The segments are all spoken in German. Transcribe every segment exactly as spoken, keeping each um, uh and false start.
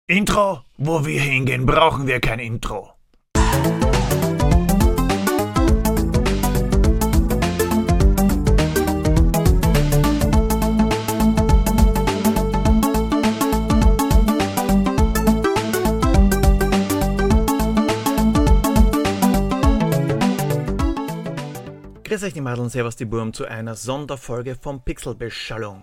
Intro? Wo wir hingehen, brauchen wir kein Intro. Grüß euch die Madeln, servus die Burm zu einer Sonderfolge von Pixelbeschallung.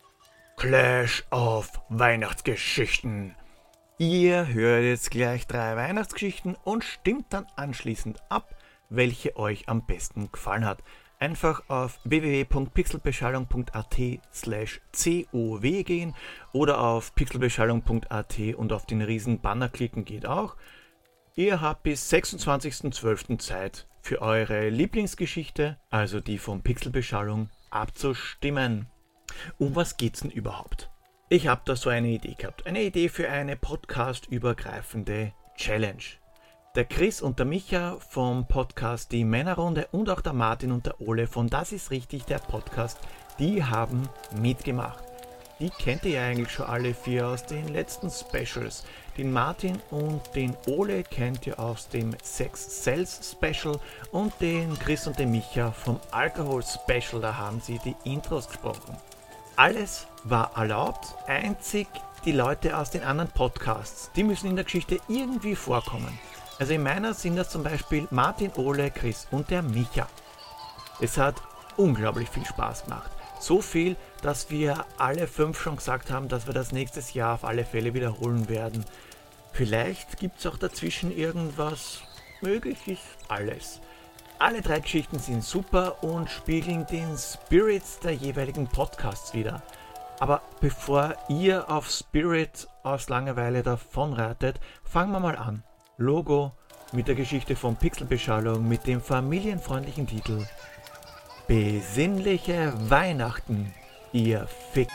Clash of Weihnachtsgeschichten. Ihr hört jetzt gleich drei Weihnachtsgeschichten und stimmt dann anschließend ab, welche euch am besten gefallen hat. Einfach auf w w w punkt pixelbeschallung punkt a t slash cow gehen oder auf pixelbeschallung punkt a t und auf den riesen Banner klicken, geht auch. Ihr habt bis sechsundzwanzigsten zwölften Zeit für eure Lieblingsgeschichte, also die von Pixelbeschallung, abzustimmen. Um was geht's denn überhaupt? Ich habe da so eine Idee gehabt. Eine Idee für eine podcast-übergreifende Challenge. Der Chris und der Micha vom Podcast Die Männerrunde und auch der Martin und der Ole von Das ist richtig, der Podcast, die haben mitgemacht. Die kennt ihr ja eigentlich schon alle vier aus den letzten Specials. Den Martin und den Ole kennt ihr aus dem Sex Cells Special und den Chris und den Micha vom Alkohol Special, da haben sie die Intros gesprochen. Alles war erlaubt, einzig die Leute aus den anderen Podcasts, die müssen in der Geschichte irgendwie vorkommen. Also in meiner sind das zum Beispiel Martin, Ole, Chris und der Micha. Es hat unglaublich viel Spaß gemacht. So viel, dass wir alle fünf schon gesagt haben, dass wir das nächstes Jahr auf alle Fälle wiederholen werden. Vielleicht gibt es auch dazwischen irgendwas. Möglich ist alles. Alle drei Geschichten sind super und spiegeln den Spirits der jeweiligen Podcasts wider. Aber bevor ihr auf Spirit aus Langeweile davonreitet, fangen wir mal an. Logo mit der Geschichte von Pixelbeschallung mit dem familienfreundlichen Titel Besinnliche Weihnachten, ihr Fick.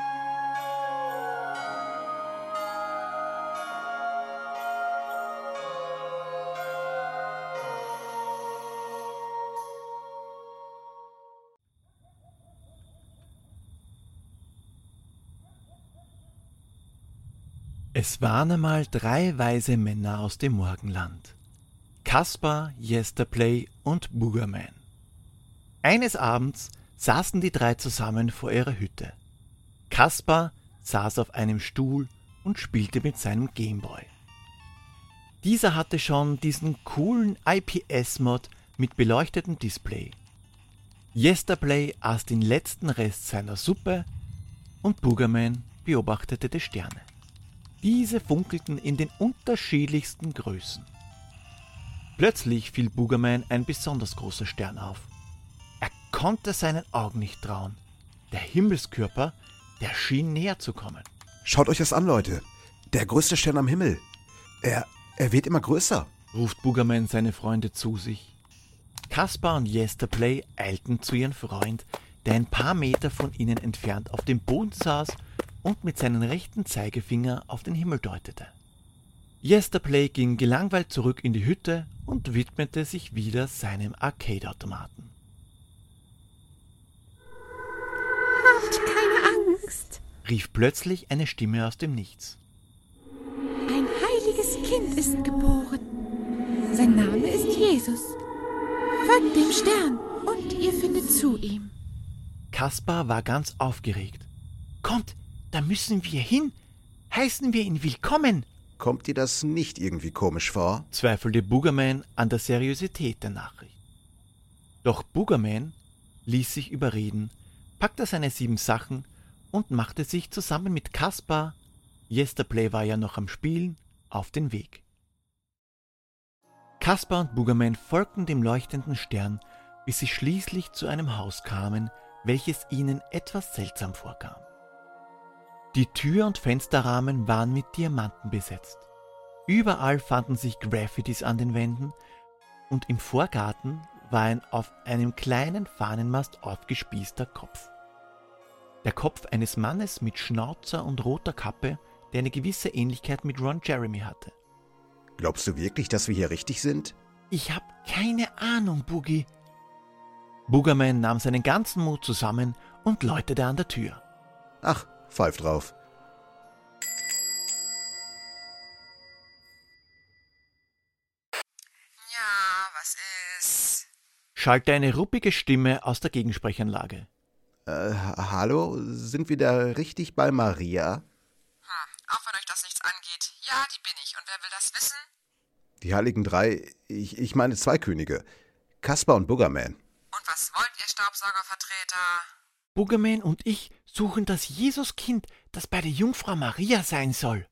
Es waren einmal drei weise Männer aus dem Morgenland. Kaspar, Yesterplay und Boogerman. Eines Abends saßen die drei zusammen vor ihrer Hütte. Kaspar saß auf einem Stuhl und spielte mit seinem Gameboy. Dieser hatte schon diesen coolen I P S-Mod mit beleuchtetem Display. Yesterplay aß den letzten Rest seiner Suppe und Boogerman beobachtete die Sterne. Diese funkelten in den unterschiedlichsten Größen. Plötzlich fiel Boogerman ein besonders großer Stern auf. Er konnte seinen Augen nicht trauen. Der Himmelskörper, der schien näher zu kommen. Schaut euch das an, Leute. Der größte Stern am Himmel. Er, er wird immer größer, ruft Boogerman seine Freunde zu sich. Kaspar und Yesterplay eilten zu ihrem Freund, der ein paar Meter von ihnen entfernt auf dem Boden saß und mit seinem rechten Zeigefinger auf den Himmel deutete. Yesterplay ging gelangweilt zurück in die Hütte und widmete sich wieder seinem Arcade-Automaten. Habt keine Angst, rief plötzlich eine Stimme aus dem Nichts. ein heiliges Kind ist geboren. Sein Name ist Jesus. Folgt dem Stern und ihr findet zu ihm. Kaspar war ganz aufgeregt. Kommt, da müssen wir hin. Heißen wir ihn willkommen. Kommt dir das nicht irgendwie komisch vor? Zweifelte Boogerman an der Seriosität der Nachricht. Doch Boogerman ließ sich überreden, packte seine sieben Sachen und machte sich zusammen mit Kaspar, Yesterplay war ja noch am Spielen, auf den Weg. Kaspar und Boogerman folgten dem leuchtenden Stern, bis sie schließlich zu einem Haus kamen, welches ihnen etwas seltsam vorkam. Die Tür- und Fensterrahmen waren mit Diamanten besetzt. Überall fanden sich Graffitis an den Wänden und im Vorgarten war ein auf einem kleinen Fahnenmast aufgespießter Kopf. Der Kopf eines Mannes mit Schnauzer und roter Kappe, der eine gewisse Ähnlichkeit mit Ron Jeremy hatte. Glaubst du wirklich, dass wir hier richtig sind? Ich hab keine Ahnung, Boogie. Boogerman nahm seinen ganzen Mut zusammen und läutete an der Tür. Ach, pfeif drauf. schallte eine ruppige Stimme aus der Gegensprechanlage. Äh, hallo, sind wir da richtig bei Maria? Hm, auch wenn euch das nichts angeht. Ja, die bin ich. Und wer will das wissen? Die Heiligen Drei, ich, ich meine zwei Könige, Kaspar und Boogerman. Und was wollt ihr, Staubsaugervertreter? Boogerman und ich suchen das Jesuskind, das bei der Jungfrau Maria sein soll.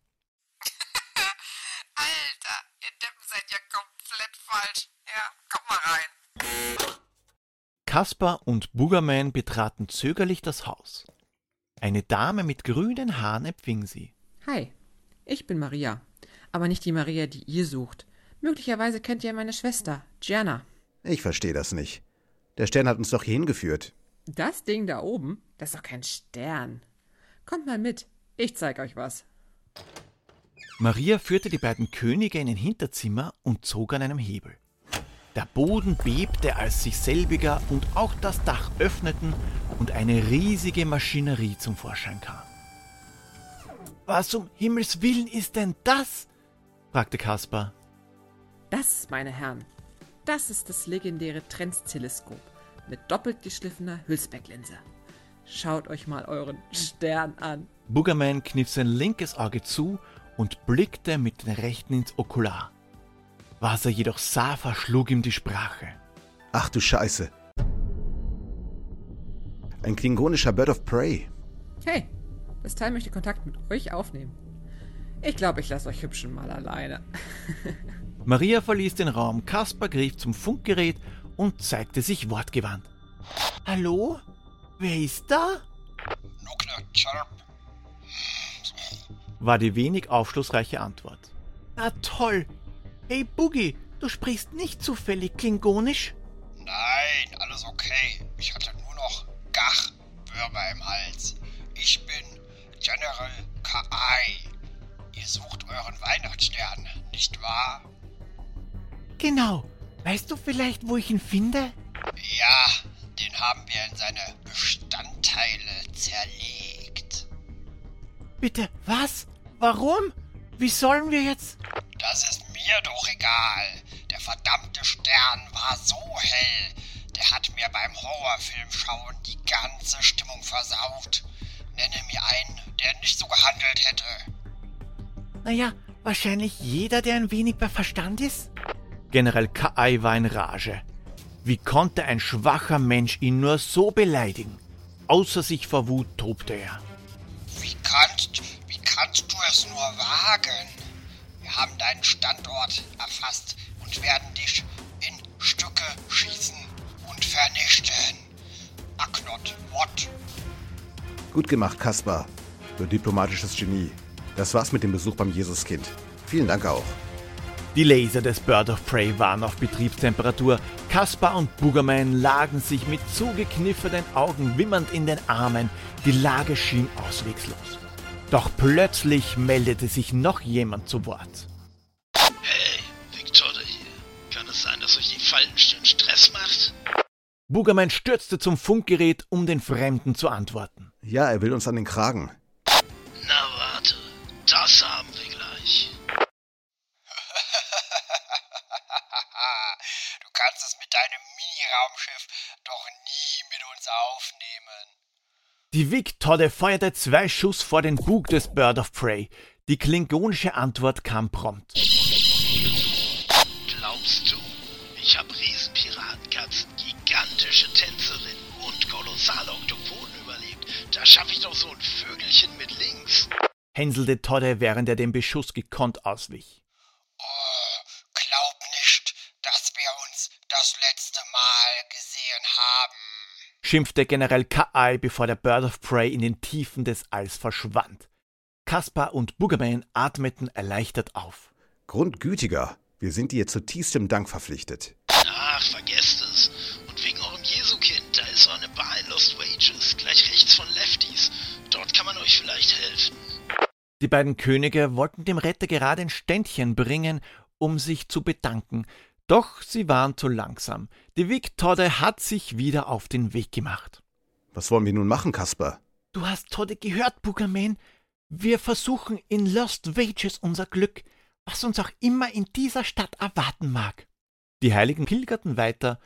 Alter, ihr Deppen seid ja komplett falsch. Ja, kommt mal rein. Kaspar und Boogerman betraten zögerlich das Haus. Eine Dame mit grünen Haaren empfing sie. Hi, ich bin Maria. Aber nicht die Maria, die ihr sucht. Möglicherweise kennt ihr meine Schwester, Gianna. Ich verstehe das nicht. Der Stern hat uns doch hier hingeführt. Das Ding da oben, das ist doch kein Stern. Kommt mal mit, ich zeig euch was. Maria führte die beiden Könige in ein Hinterzimmer und zog an einem Hebel. Der Boden bebte, als sich selbiger und auch das Dach öffneten und eine riesige Maschinerie zum Vorschein kam. »Was um Himmels Willen ist denn das?« fragte Kaspar. Das, meine Herren, das ist das legendäre Trends-Teleskop mit doppelt geschliffener Hülsbecklinse. Schaut euch mal euren Stern an. Boogerman kniff sein linkes Auge zu und blickte mit dem rechten ins Okular. Was er jedoch sah, verschlug ihm die Sprache. Ach du Scheiße. Ein klingonischer Bird of Prey. Hey, das Teil möchte Kontakt mit euch aufnehmen. Ich glaube, ich lasse euch Hübschen mal alleine. Maria verließ den Raum, Kaspar griff zum Funkgerät und zeigte sich wortgewandt. »Hallo? Wer ist da?« war die wenig aufschlussreiche Antwort. »Na toll! Hey Boogie, du sprichst nicht zufällig Klingonisch?« »Nein, alles okay. Ich hatte nur noch Gach-Würmer im Hals. Ich bin General Ka'ai. Ihr sucht euren Weihnachtsstern, nicht wahr?« »Genau. Weißt du vielleicht, wo ich ihn finde?« »Ja, den haben wir in seine Bestandteile zerlegt.« »Bitte, was? Warum? Wie sollen wir jetzt?« »Das ist mir doch egal. Der verdammte Stern war so hell. Der hat mir beim Horrorfilmschauen die ganze Stimmung versaut. Nenne mir einen, der nicht so gehandelt hätte.« »Naja, wahrscheinlich jeder, der ein wenig bei Verstand ist?« General Ka'ai war in Rage. Wie konnte ein schwacher Mensch ihn nur so beleidigen? Außer sich vor Wut tobte er. Wie kannst, wie kannst du es nur wagen? Wir haben deinen Standort erfasst und werden dich in Stücke schießen und vernichten. Aknot, what? Gut gemacht, Kaspar. Du diplomatisches Genie. Das war's mit dem Besuch beim Jesuskind. Vielen Dank auch. Die Laser des Bird of Prey waren auf Betriebstemperatur. Kaspar und Boogerman lagen sich mit zugekniffenen Augen wimmernd in den Armen. Die Lage schien auswegslos. Doch plötzlich meldete sich noch jemand zu Wort. Hey, Victoria hier. Kann es sein, dass euch die Faltenstirn Stress macht? Boogerman stürzte zum Funkgerät, um den Fremden zu antworten. Ja, er will uns an den Kragen. Na warte, das haben wir gleich. Du kannst es mit deinem Mini-Raumschiff doch nie mit uns aufnehmen. Die Vic-Todde feuerte zwei Schuss vor den Bug des Bird of Prey. Die klingonische Antwort kam prompt. Glaubst du, ich habe Riesenpiratenkatzen, gigantische Tänzerinnen und kolossale Oktopoden überlebt? Da schaffe ich doch so ein Vögelchen mit links. Hänselte Todde, während er dem Beschuss gekonnt auswich. Oh, glaub nicht, dass wir uns das letzte Mal gesehen haben. Schimpfte General Ka'ai, bevor der Bird of Prey in den Tiefen des Alls verschwand. Kaspar und Boogerman atmeten erleichtert auf. Grundgütiger, wir sind dir zutiefstem Dank verpflichtet. Ach, vergesst es. Und wegen eurem Jesukind, da ist so eine Bar in Lost Wages, gleich rechts von Lefties. Dort kann man euch vielleicht helfen. Die beiden Könige wollten dem Retter gerade ein Ständchen bringen, um sich zu bedanken. Doch sie waren zu langsam. Die Vic-Todde hat sich wieder auf den Weg gemacht. Was wollen wir nun machen, Kaspar? Du hast Todde gehört, Boogerman. Wir versuchen in Lost Wages unser Glück, was uns auch immer in dieser Stadt erwarten mag. Die Heiligen pilgerten weiter.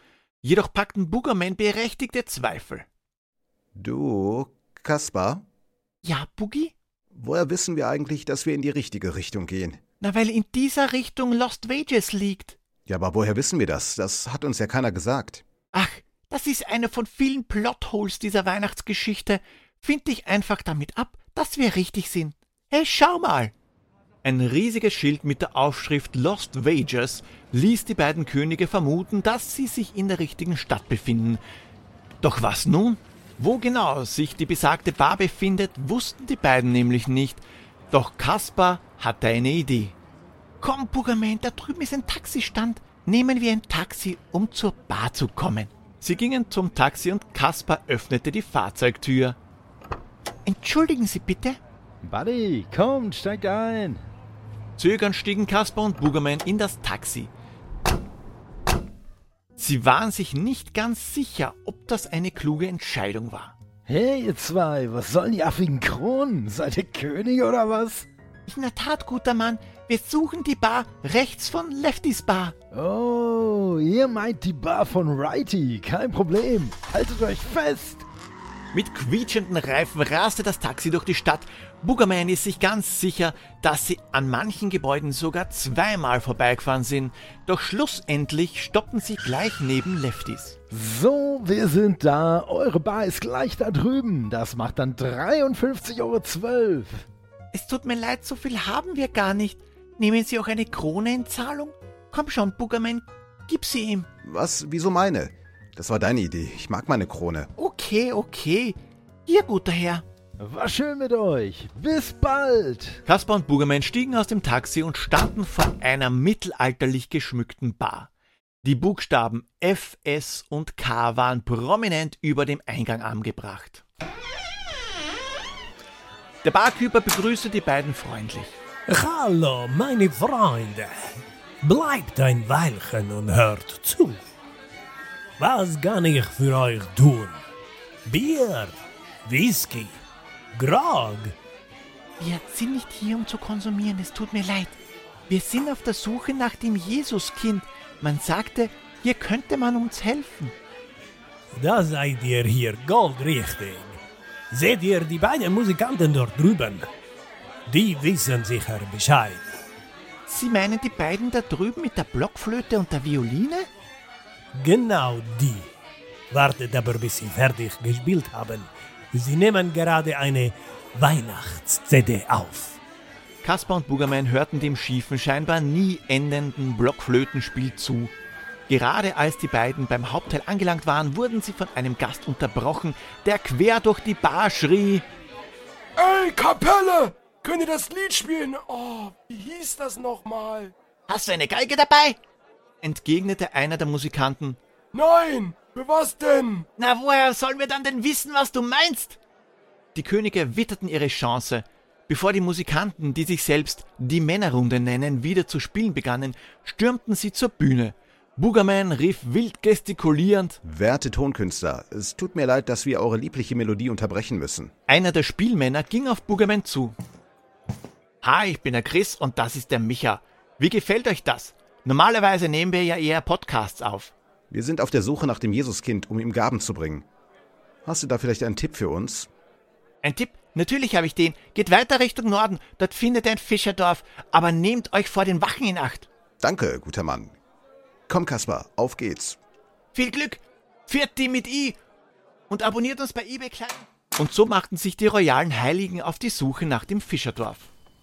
Jedoch packten Boogerman berechtigte Zweifel. Du, Kaspar? Ja, Boogie? Woher wissen wir eigentlich, dass wir in die richtige Richtung gehen? Na, weil in dieser Richtung Lost Wages liegt. Ja, aber woher wissen wir das? Das hat uns ja keiner gesagt. Ach, das ist einer von vielen Plotholes dieser Weihnachtsgeschichte. Find dich einfach damit ab, dass wir richtig sind. Hey, schau mal! Ein riesiges Schild mit der Aufschrift Lost Wages ließ die beiden Könige vermuten, dass sie sich in der richtigen Stadt befinden. Doch was nun? Wo genau sich die besagte Bar befindet, wussten die beiden nämlich nicht. Doch Kaspar hatte eine Idee. Komm, Boogerman, da drüben ist ein Taxistand. Nehmen wir ein Taxi, um zur Bar zu kommen. Sie gingen zum Taxi und Kaspar öffnete die Fahrzeugtür. Entschuldigen Sie bitte? Buddy, komm, steig ein. Zögernd stiegen Kaspar und Boogerman in das Taxi. Sie waren sich nicht ganz sicher, ob das eine kluge Entscheidung war. Hey, ihr zwei, was sollen die affigen Kronen? Seid ihr Könige oder was? In der Tat, guter Mann, wir suchen die Bar rechts von Leftys Bar. Oh, ihr meint die Bar von Righty, kein Problem. Haltet euch fest. Mit quietschenden Reifen raste das Taxi durch die Stadt. Boogerman ist sich ganz sicher, dass sie an manchen Gebäuden sogar zweimal vorbeigefahren sind. Doch schlussendlich stoppten sie gleich neben Leftys. So, wir sind da. Eure Bar ist gleich da drüben. Das macht dann dreiundfünfzig Euro zwölf. Es tut mir leid, so viel haben wir gar nicht. Nehmen Sie auch eine Krone in Zahlung? Komm schon, Boogerman, gib sie ihm. Was? Wieso meine? Das war deine Idee. Ich mag meine Krone. Okay, okay. Hier, guter Herr. War schön mit euch. Bis bald. Kaspar und Boogerman stiegen aus dem Taxi und standen vor einer mittelalterlich geschmückten Bar. Die Buchstaben F, S und K waren prominent über dem Eingang angebracht. Der Barkeeper begrüßte die beiden freundlich. Hallo, meine Freunde. Bleibt ein Weilchen und hört zu. Was kann ich für euch tun? Bier, Whisky, Grog? Wir sind nicht hier, um zu konsumieren, es tut mir leid. Wir sind auf der Suche nach dem Jesuskind. Man sagte, hier könnte man uns helfen. Da seid ihr hier goldrichtig. Seht ihr die beiden Musikanten dort drüben? Die wissen sicher Bescheid. Sie meinen die beiden da drüben mit der Blockflöte und der Violine? Genau die. Wartet aber, bis sie fertig gespielt haben. Sie nehmen gerade eine Weihnachts-C D auf. Kaspar und Boogerman hörten dem schiefen, scheinbar nie endenden Blockflötenspiel zu. Gerade als die beiden beim Hauptteil angelangt waren, wurden sie von einem Gast unterbrochen, der quer durch die Bar schrie: Ey, Kapelle! Könnt ihr das Lied spielen? Oh, wie hieß das nochmal? Hast du eine Geige dabei? Entgegnete einer der Musikanten. Nein, für was denn? Na, woher sollen wir dann denn wissen, was du meinst? Die Könige witterten ihre Chance. Bevor die Musikanten, die sich selbst die Männerrunde nennen, wieder zu spielen begannen, stürmten sie zur Bühne. Boogerman rief wild gestikulierend: Werte Tonkünstler, es tut mir leid, dass wir eure liebliche Melodie unterbrechen müssen. Einer der Spielmänner ging auf Boogerman zu. Hi, ich bin der Chris und das ist der Micha. Wie gefällt euch das? Normalerweise nehmen wir ja eher Podcasts auf. Wir sind auf der Suche nach dem Jesuskind, um ihm Gaben zu bringen. Hast du da vielleicht einen Tipp für uns? Ein Tipp? Natürlich habe ich den. Geht weiter Richtung Norden, dort findet ihr ein Fischerdorf, aber nehmt euch vor den Wachen in Acht. Danke, guter Mann. Komm, Kaspar, auf geht's. Viel Glück, Pfirti mit I und abonniert uns bei eBay Klein. Und so machten sich die royalen Heiligen auf die Suche nach dem Fischerdorf.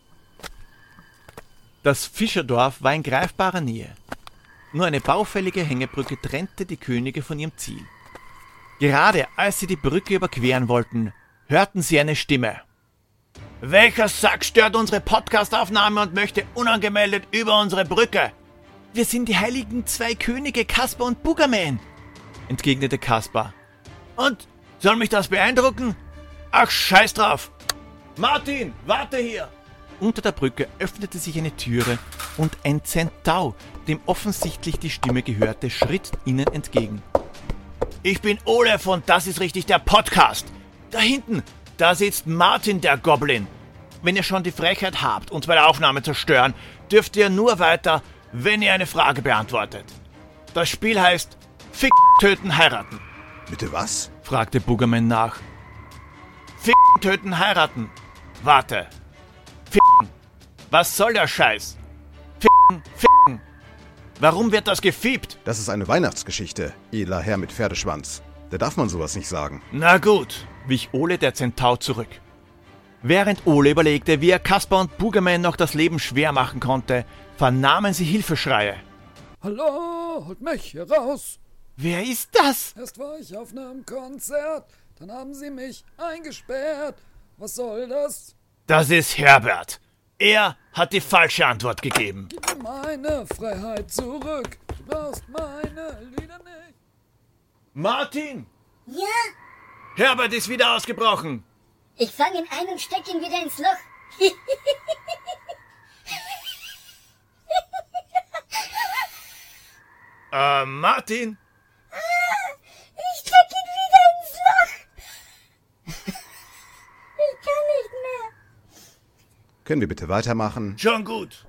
Das Fischerdorf war in greifbarer Nähe. Nur eine baufällige Hängebrücke trennte die Könige von ihrem Ziel. Gerade als sie die Brücke überqueren wollten, hörten sie eine Stimme. Welcher Sack stört unsere Podcastaufnahme und möchte unangemeldet über unsere Brücke? Wir sind die heiligen zwei Könige, Kaspar und Boogerman, entgegnete Kaspar. Und, soll mich das beeindrucken? Ach, scheiß drauf! Martin, warte hier! Unter der Brücke öffnete sich eine Türe und ein Zentau, dem offensichtlich die Stimme gehörte, schritt ihnen entgegen. Ich bin Olaf und das ist richtig der Podcast. Da hinten, da sitzt Martin der Goblin. Wenn ihr schon die Frechheit habt, uns bei der Aufnahme zu stören, dürft ihr nur weiter, wenn ihr eine Frage beantwortet. Das Spiel heißt Fick, töten, heiraten. Bitte was? Fragte Boogerman nach. Fick, töten, heiraten. Warte. Ficken. Was soll der Scheiß? Ficken, ficken. Warum wird das gefiebt? Das ist eine Weihnachtsgeschichte, edler Herr mit Pferdeschwanz. Da darf man sowas nicht sagen. Na gut, wich Ole der Zentaur zurück. Während Ole überlegte, wie er Kaspar und Boogerman noch das Leben schwer machen konnte, vernahmen sie Hilfeschreie. Hallo, holt mich hier raus. Wer ist das? Erst war ich auf einem Konzert, dann haben sie mich eingesperrt. Was soll das? Das ist Herbert. Er hat die falsche Antwort gegeben. Gib mir meine Freiheit zurück. Du brauchst meine Lieder nicht. Martin! Ja? Herbert ist wieder ausgebrochen. Ich fang ihn ein und steck ihn wieder ins Loch. äh, Martin? Ich steck ihn wieder ins Loch. Ich kann nicht mehr. Können wir bitte weitermachen? Schon gut.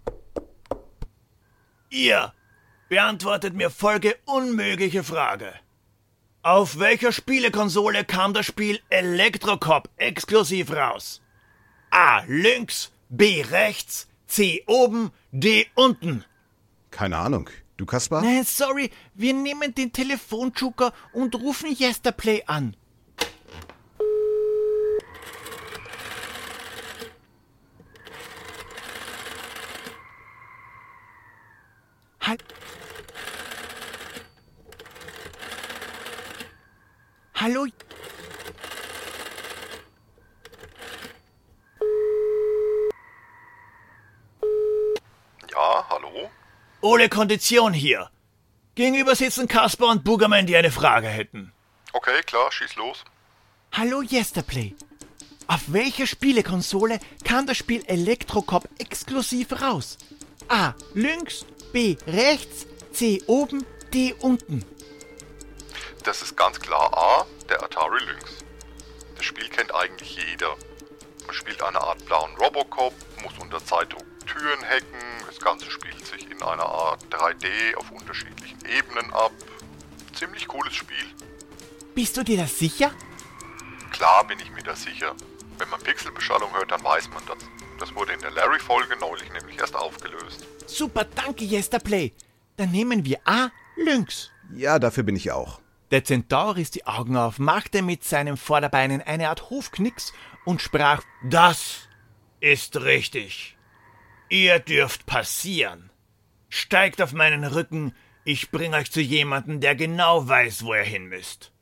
Ihr beantwortet mir folgende unmögliche Frage. Auf welcher Spielekonsole kam das Spiel Electrocop exklusiv raus? A. Links, B. rechts, C. oben, D. unten. Keine Ahnung. Du, Kaspar? Nein, sorry, wir nehmen den Telefonjoker und rufen Yesterplay an. Halt. Hallo? Ja, hallo? Ole Kondition hier. Gegenüber sitzen Kaspar und Boogerman, die eine Frage hätten. Okay, klar, schieß los. Hallo Yesterplay. Auf welcher Spielekonsole kam das Spiel Electrocop exklusiv raus? A. Links, B. rechts, C. oben, D. unten. Das ist ganz klar A, der Atari Lynx. Das Spiel kennt eigentlich jeder. Man spielt eine Art blauen Robocop, muss unter Zeitdruck Türen hacken, das Ganze spielt sich in einer Art drei D auf unterschiedlichen Ebenen ab. Ziemlich cooles Spiel. Bist du dir das sicher? Klar bin ich mir das sicher. Wenn man Pixelbeschallung hört, dann weiß man das. Das wurde in der Larry-Folge neulich nämlich erst aufgelöst. Super, danke Yesterplay. Dann nehmen wir A, Lynx. Ja, dafür bin ich auch. Der Zentaur riss die Augen auf, machte mit seinen Vorderbeinen eine Art Hufknicks und sprach: Das ist richtig. Ihr dürft passieren. Steigt auf meinen Rücken, ich bring euch zu jemandem, der genau weiß, wo ihr hin müsst.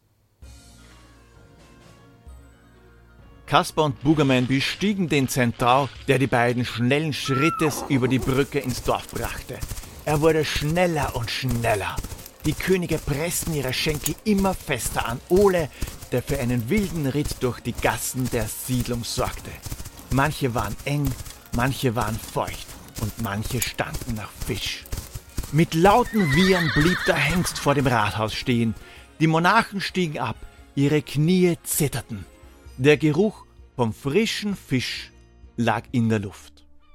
Kaspar und Boogerman bestiegen den Zentaur, der die beiden schnellen Schrittes über die Brücke ins Dorf brachte. Er wurde schneller und schneller. Die Könige pressten ihre Schenkel immer fester an Ole, der für einen wilden Ritt durch die Gassen der Siedlung sorgte. Manche waren eng, manche waren feucht und manche stanken nach Fisch. Mit lauten Wiehern blieb der Hengst vor dem Rathaus stehen. Die Monarchen stiegen ab, ihre Knie zitterten. Der Geruch vom frischen Fisch lag in der Luft.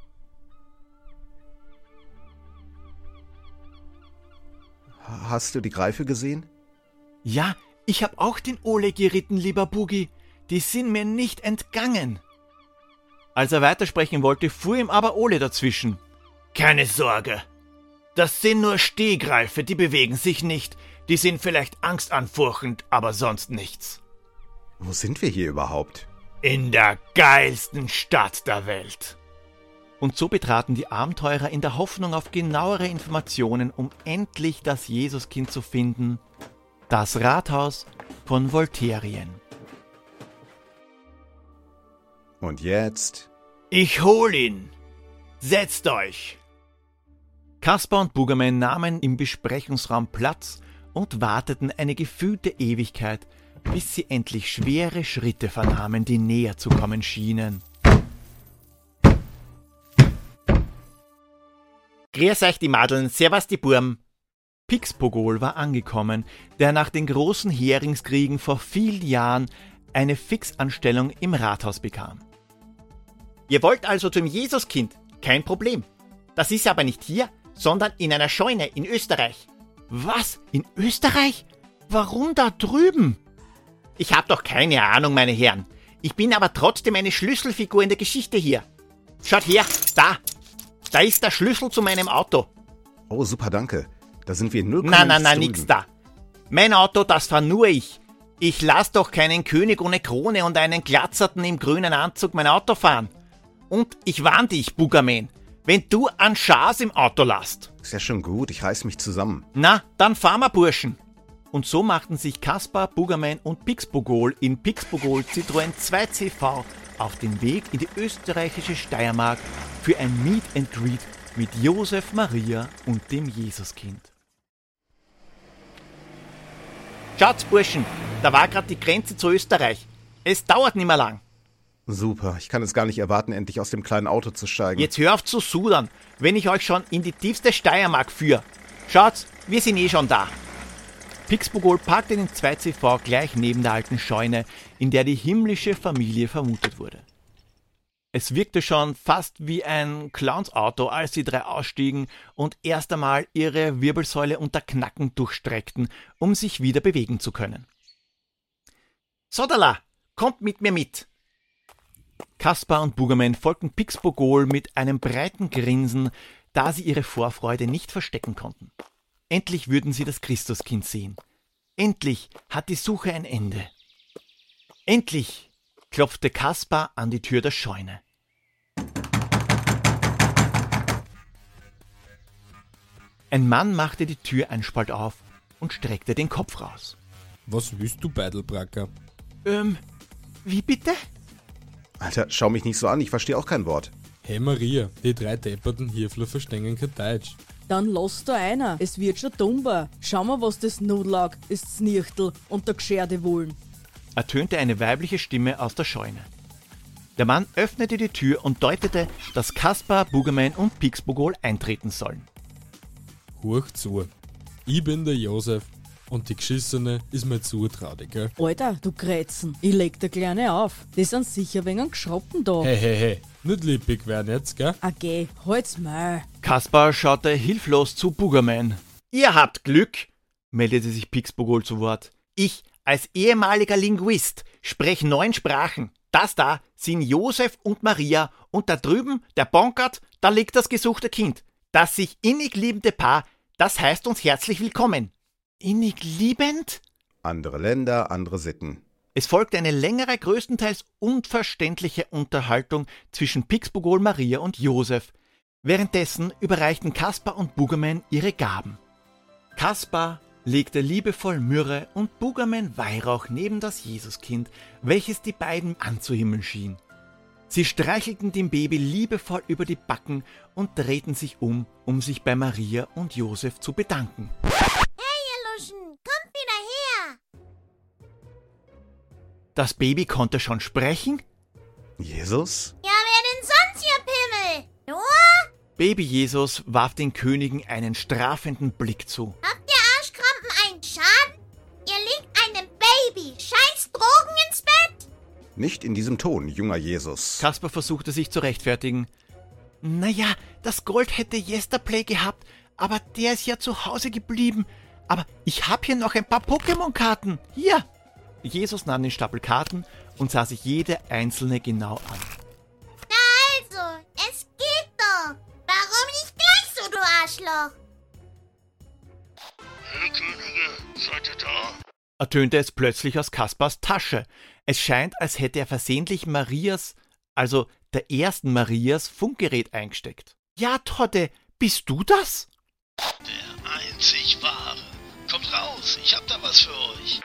Hast du die Greife gesehen? Ja, ich hab auch den Ole geritten, lieber Boogie. Die sind mir nicht entgangen. Als er weitersprechen wollte, fuhr ihm aber Ole dazwischen. Keine Sorge. Das sind nur Stehgreife, die bewegen sich nicht. Die sind vielleicht angstanfurchend, aber sonst nichts. Wo sind wir hier überhaupt? In der geilsten Stadt der Welt. Und so betraten die Abenteurer in der Hoffnung auf genauere Informationen, um endlich das Jesuskind zu finden, das Rathaus von Volterien. Und jetzt? Ich hol ihn! Setzt euch! Kaspar und Boogerman nahmen im Besprechungsraum Platz und warteten eine gefühlte Ewigkeit, bis sie endlich schwere Schritte vernahmen, die näher zu kommen schienen. Grüß euch die Madeln, servus die Burm. Pixpogol war angekommen, der nach den großen Heringskriegen vor vielen Jahren eine Fixanstellung im Rathaus bekam. Ihr wollt also zum Jesuskind? Kein Problem. Das ist aber nicht hier, sondern in einer Scheune in Österreich. Was? In Österreich? Warum da drüben? Ich hab doch keine Ahnung, meine Herren. Ich bin aber trotzdem eine Schlüsselfigur in der Geschichte hier. Schaut her, da. Da ist der Schlüssel zu meinem Auto. Oh, super, danke. Da sind wir in null. Na, na, na, nix da. Mein Auto, das fahr nur ich. Ich lass doch keinen König ohne Krone und einen Glatzerten im grünen Anzug mein Auto fahren. Und ich warn dich, Boogerman, wenn du einen Schaß im Auto lässt. Ist ja schon gut, ich reiß mich zusammen. Na, dann fahren wir, Burschen. Und so machten sich Kaspar, Boogerman und Pixbogol in Pixbogol Citroën zwei C V auf den Weg in die österreichische Steiermark für ein Meet and Greet mit Josef, Maria und dem Jesuskind. Schaut's, Burschen, da war gerade die Grenze zu Österreich. Es dauert nicht mehr lang. Super, ich kann es gar nicht erwarten, endlich aus dem kleinen Auto zu steigen. Jetzt hör auf zu sudern, wenn ich euch schon in die tiefste Steiermark führe. Schaut's, wir sind eh schon da. Pixbogol parkte den zwei C V gleich neben der alten Scheune, in der die himmlische Familie vermutet wurde. Es wirkte schon fast wie ein Clownsauto, als die drei ausstiegen und erst einmal ihre Wirbelsäule unter Knacken durchstreckten, um sich wieder bewegen zu können. Sodala, kommt mit mir mit! Kaspar und Boogerman folgten Pixbogol mit einem breiten Grinsen, da sie ihre Vorfreude nicht verstecken konnten. Endlich würden sie das Christuskind sehen. Endlich hat die Suche ein Ende. Endlich klopfte Kaspar an die Tür der Scheune. Ein Mann machte die Tür einen Spalt auf und streckte den Kopf raus. Was willst du, Beidelbracker? Ähm, wie bitte? Alter, schau mich nicht so an, ich verstehe auch kein Wort. Hey Maria, die drei depperten Hirfler verstehen kein Deutsch. Dann lass da einer, es wird schon dummer. Schau mal, was das Nudlag, das Znichtel und der Gscherde wollen. Ertönte eine weibliche Stimme aus der Scheune. Der Mann öffnete die Tür und deutete, dass Kaspar, Boogerman und Pixbogol eintreten sollen. Hurch zu, ich bin der Josef und die Geschissene ist mir zutraudig, gell? Alter, du Krätzen, ich leg dir kleine auf. Die sind sicher wegen Geschroppen da. Hey, hey, hey, nicht lippig werden jetzt, gell? Ah, geh, halt's mal. Kaspar schaute hilflos zu Boogerman. Ihr habt Glück, meldete sich Pixbogol zu Wort. Ich, als ehemaliger Linguist, spreche neun Sprachen. Das da sind Josef und Maria und da drüben, der Bonkert, da liegt das gesuchte Kind. Das sich innig liebende Paar, das heißt uns herzlich willkommen. Innig liebend? Andere Länder, andere Sitten. Es folgte eine längere, größtenteils unverständliche Unterhaltung zwischen Pixbogol, Maria und Josef. Währenddessen überreichten Kaspar und Boogerman ihre Gaben. Kaspar legte liebevoll Myrrhe und Boogerman Weihrauch neben das Jesuskind, welches die beiden anzuhimmeln schien. Sie streichelten dem Baby liebevoll über die Backen und drehten sich um, um sich bei Maria und Josef zu bedanken. Hey, ihr Luschen, kommt wieder her! Das Baby konnte schon sprechen? Jesus? Ja, wer denn sonst, ihr Pimmel? Nur? Baby Jesus warf den Königen einen strafenden Blick zu. Habt ihr Arschkrampen einen Schaden? Ihr legt einem Baby scheiß Drogen ins Bett? Nicht in diesem Ton, junger Jesus. Kaspar versuchte sich zu rechtfertigen. Naja, das Gold hätte Yesterplay gehabt, aber der ist ja zu Hause geblieben. Aber ich hab hier noch ein paar Pokémon-Karten. Hier! Jesus nahm den Stapel Karten und sah sich jede einzelne genau an. Na also, es geht doch. Warum nicht gleich so, du Arschloch? Hey Könige, seid ihr da? Ertönte es plötzlich aus Kaspars Tasche. Es scheint, als hätte er versehentlich Marias, also der ersten Marias, Funkgerät eingesteckt. Ja, Todde, bist du das? Der einzig wahre. Kommt raus, ich hab da was für euch.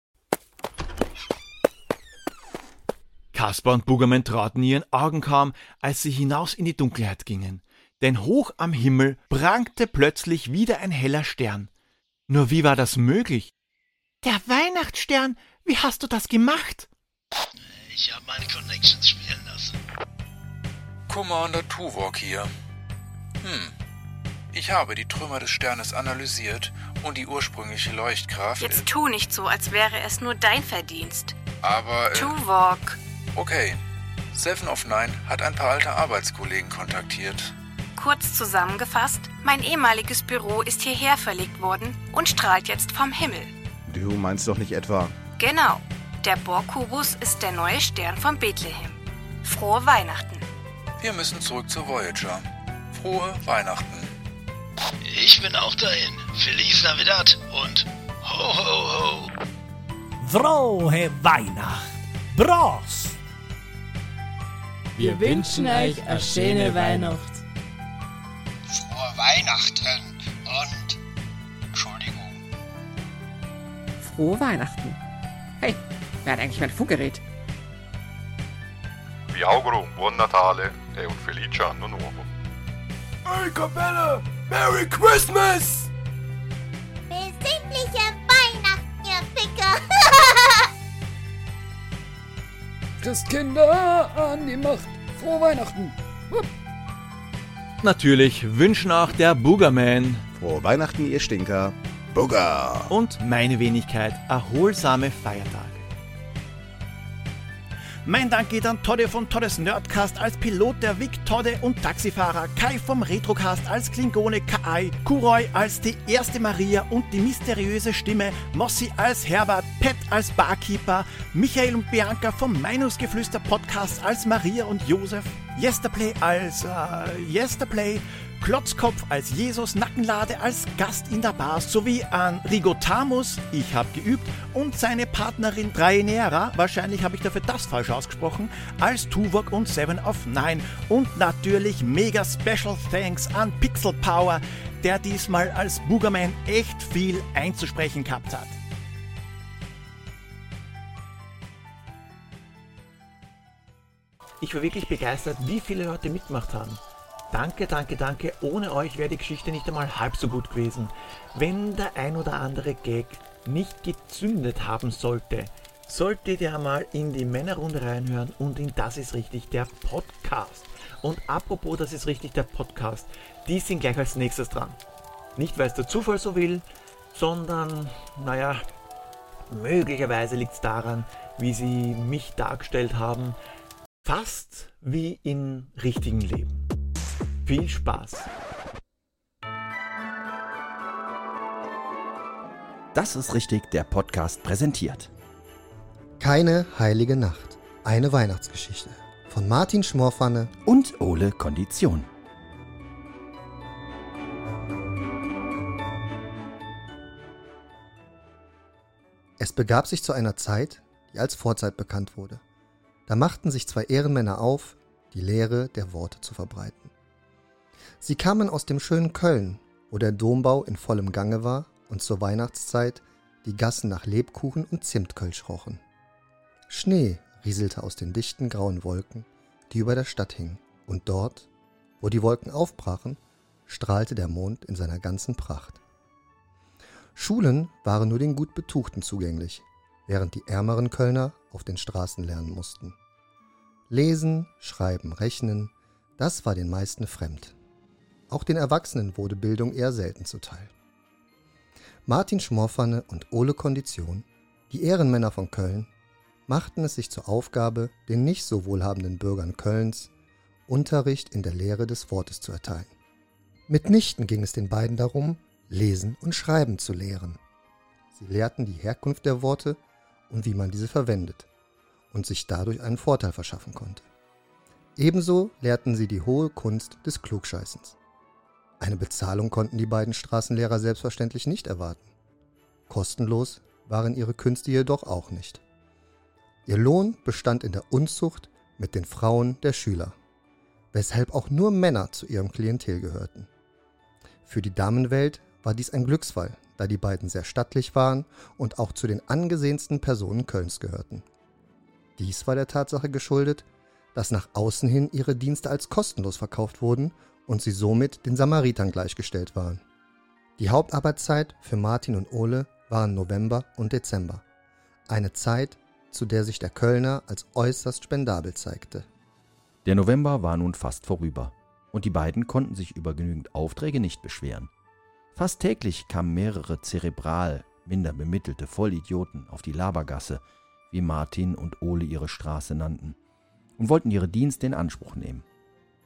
Kaspar und Boogerman trauten ihren Augen kaum, als sie hinaus in die Dunkelheit gingen. Denn hoch am Himmel prangte plötzlich wieder ein heller Stern. Nur wie war das möglich? Der Weihnachtsstern, wie hast du das gemacht? Ich hab meine Connections spielen lassen. Commander Tuvok hier. Hm. Ich habe die Trümmer des Sternes analysiert und die ursprüngliche Leuchtkraft... Jetzt tu nicht so, als wäre es nur dein Verdienst. Aber... Äh, Tuvok. Okay. Seven of Nine hat ein paar alte Arbeitskollegen kontaktiert. Kurz zusammengefasst, mein ehemaliges Büro ist hierher verlegt worden und strahlt jetzt vom Himmel. Du meinst doch nicht etwa... Genau. Der Borg-Kubus ist der neue Stern von Bethlehem. Frohe Weihnachten. Wir müssen zurück zur Voyager. Frohe Weihnachten. Ich bin auch dahin. Feliz Navidad und ho ho ho. Frohe Weihnacht. Bros. Wir wünschen euch eine schöne Weihnacht. Frohe Weihnachten und... Entschuldigung. Frohe Weihnachten. Hey, wer hat eigentlich mein Funkgerät? Vi auguro buon Natale e un felice anno nuovo. Hey Kapelle, Merry Christmas! Besinnliche Weihnachten, ihr Ficker! Christkinder an die Macht. Frohe Weihnachten. Hup. Natürlich wünschen auch der Boogerman. Frohe Weihnachten, ihr Stinker. Booger. Und meine Wenigkeit erholsame Feiertage. Mein Dank geht an Todde von Toddes Nerdcast als Pilot der Vic Todde und Taxifahrer, Kai vom Retrocast als Klingone Kai, Kuroi als die erste Maria und die mysteriöse Stimme, Mossi als Herbert, Pat als Barkeeper, Michael und Bianca vom Meinungsgeflüster Podcast als Maria und Josef, Yesterplay als äh, Yesterplay, Klotzkopf als Jesus, Nackenlade als Gast in der Bar sowie an Rigotamus, ich hab geübt, und seine Partnerin Draenera, wahrscheinlich habe ich dafür das falsch ausgesprochen, als Tuvok und Seven of Nine und natürlich mega special thanks an Pixel Power, der diesmal als Boogerman echt viel einzusprechen gehabt hat. Ich war wirklich begeistert, wie viele Leute mitgemacht haben. Danke, danke, danke. Ohne euch wäre die Geschichte nicht einmal halb so gut gewesen. Wenn der ein oder andere Gag nicht gezündet haben sollte, solltet ihr mal in die Männerrunde reinhören und in Das ist richtig, der Podcast. Und apropos Das ist richtig, der Podcast, die sind gleich als nächstes dran. Nicht, weil es der Zufall so will, sondern, naja, möglicherweise liegt es daran, wie sie mich dargestellt haben, fast wie im richtigen Leben. Viel Spaß! Das ist richtig, der Podcast präsentiert. Keine heilige Nacht. Eine Weihnachtsgeschichte. Von Martin Schmorpfanne und Ole Kondition. Es begab sich zu einer Zeit, die als Vorzeit bekannt wurde. Da machten sich zwei Ehrenmänner auf, die Lehre der Worte zu verbreiten. Sie kamen aus dem schönen Köln, wo der Dombau in vollem Gange war und zur Weihnachtszeit die Gassen nach Lebkuchen und Zimtkölsch rochen. Schnee rieselte aus den dichten grauen Wolken, die über der Stadt hingen, und dort, wo die Wolken aufbrachen, strahlte der Mond in seiner ganzen Pracht. Schulen waren nur den gut Betuchten zugänglich, während die ärmeren Kölner auf den Straßen lernen mussten. Lesen, Schreiben, Rechnen, das war den meisten fremd. Auch den Erwachsenen wurde Bildung eher selten zuteil. Martin Schmorpfanne und Ole Kondition, die Ehrenmänner von Köln, machten es sich zur Aufgabe, den nicht so wohlhabenden Bürgern Kölns Unterricht in der Lehre des Wortes zu erteilen. Mitnichten ging es den beiden darum, Lesen und Schreiben zu lehren. Sie lehrten die Herkunft der Worte und wie man diese verwendet und sich dadurch einen Vorteil verschaffen konnte. Ebenso lehrten sie die hohe Kunst des Klugscheißens. Eine Bezahlung konnten die beiden Straßenlehrer selbstverständlich nicht erwarten. Kostenlos waren ihre Künste jedoch auch nicht. Ihr Lohn bestand in der Unzucht mit den Frauen der Schüler, weshalb auch nur Männer zu ihrem Klientel gehörten. Für die Damenwelt war dies ein Glücksfall, da die beiden sehr stattlich waren und auch zu den angesehensten Personen Kölns gehörten. Dies war der Tatsache geschuldet, dass nach außen hin ihre Dienste als kostenlos verkauft wurden und sie somit den Samaritern gleichgestellt waren. Die Hauptarbeitszeit für Martin und Ole waren November und Dezember. Eine Zeit, zu der sich der Kölner als äußerst spendabel zeigte. Der November war nun fast vorüber und die beiden konnten sich über genügend Aufträge nicht beschweren. Fast täglich kamen mehrere zerebral minder bemittelte Vollidioten auf die Labergasse, wie Martin und Ole ihre Straße nannten, und wollten ihre Dienste in Anspruch nehmen.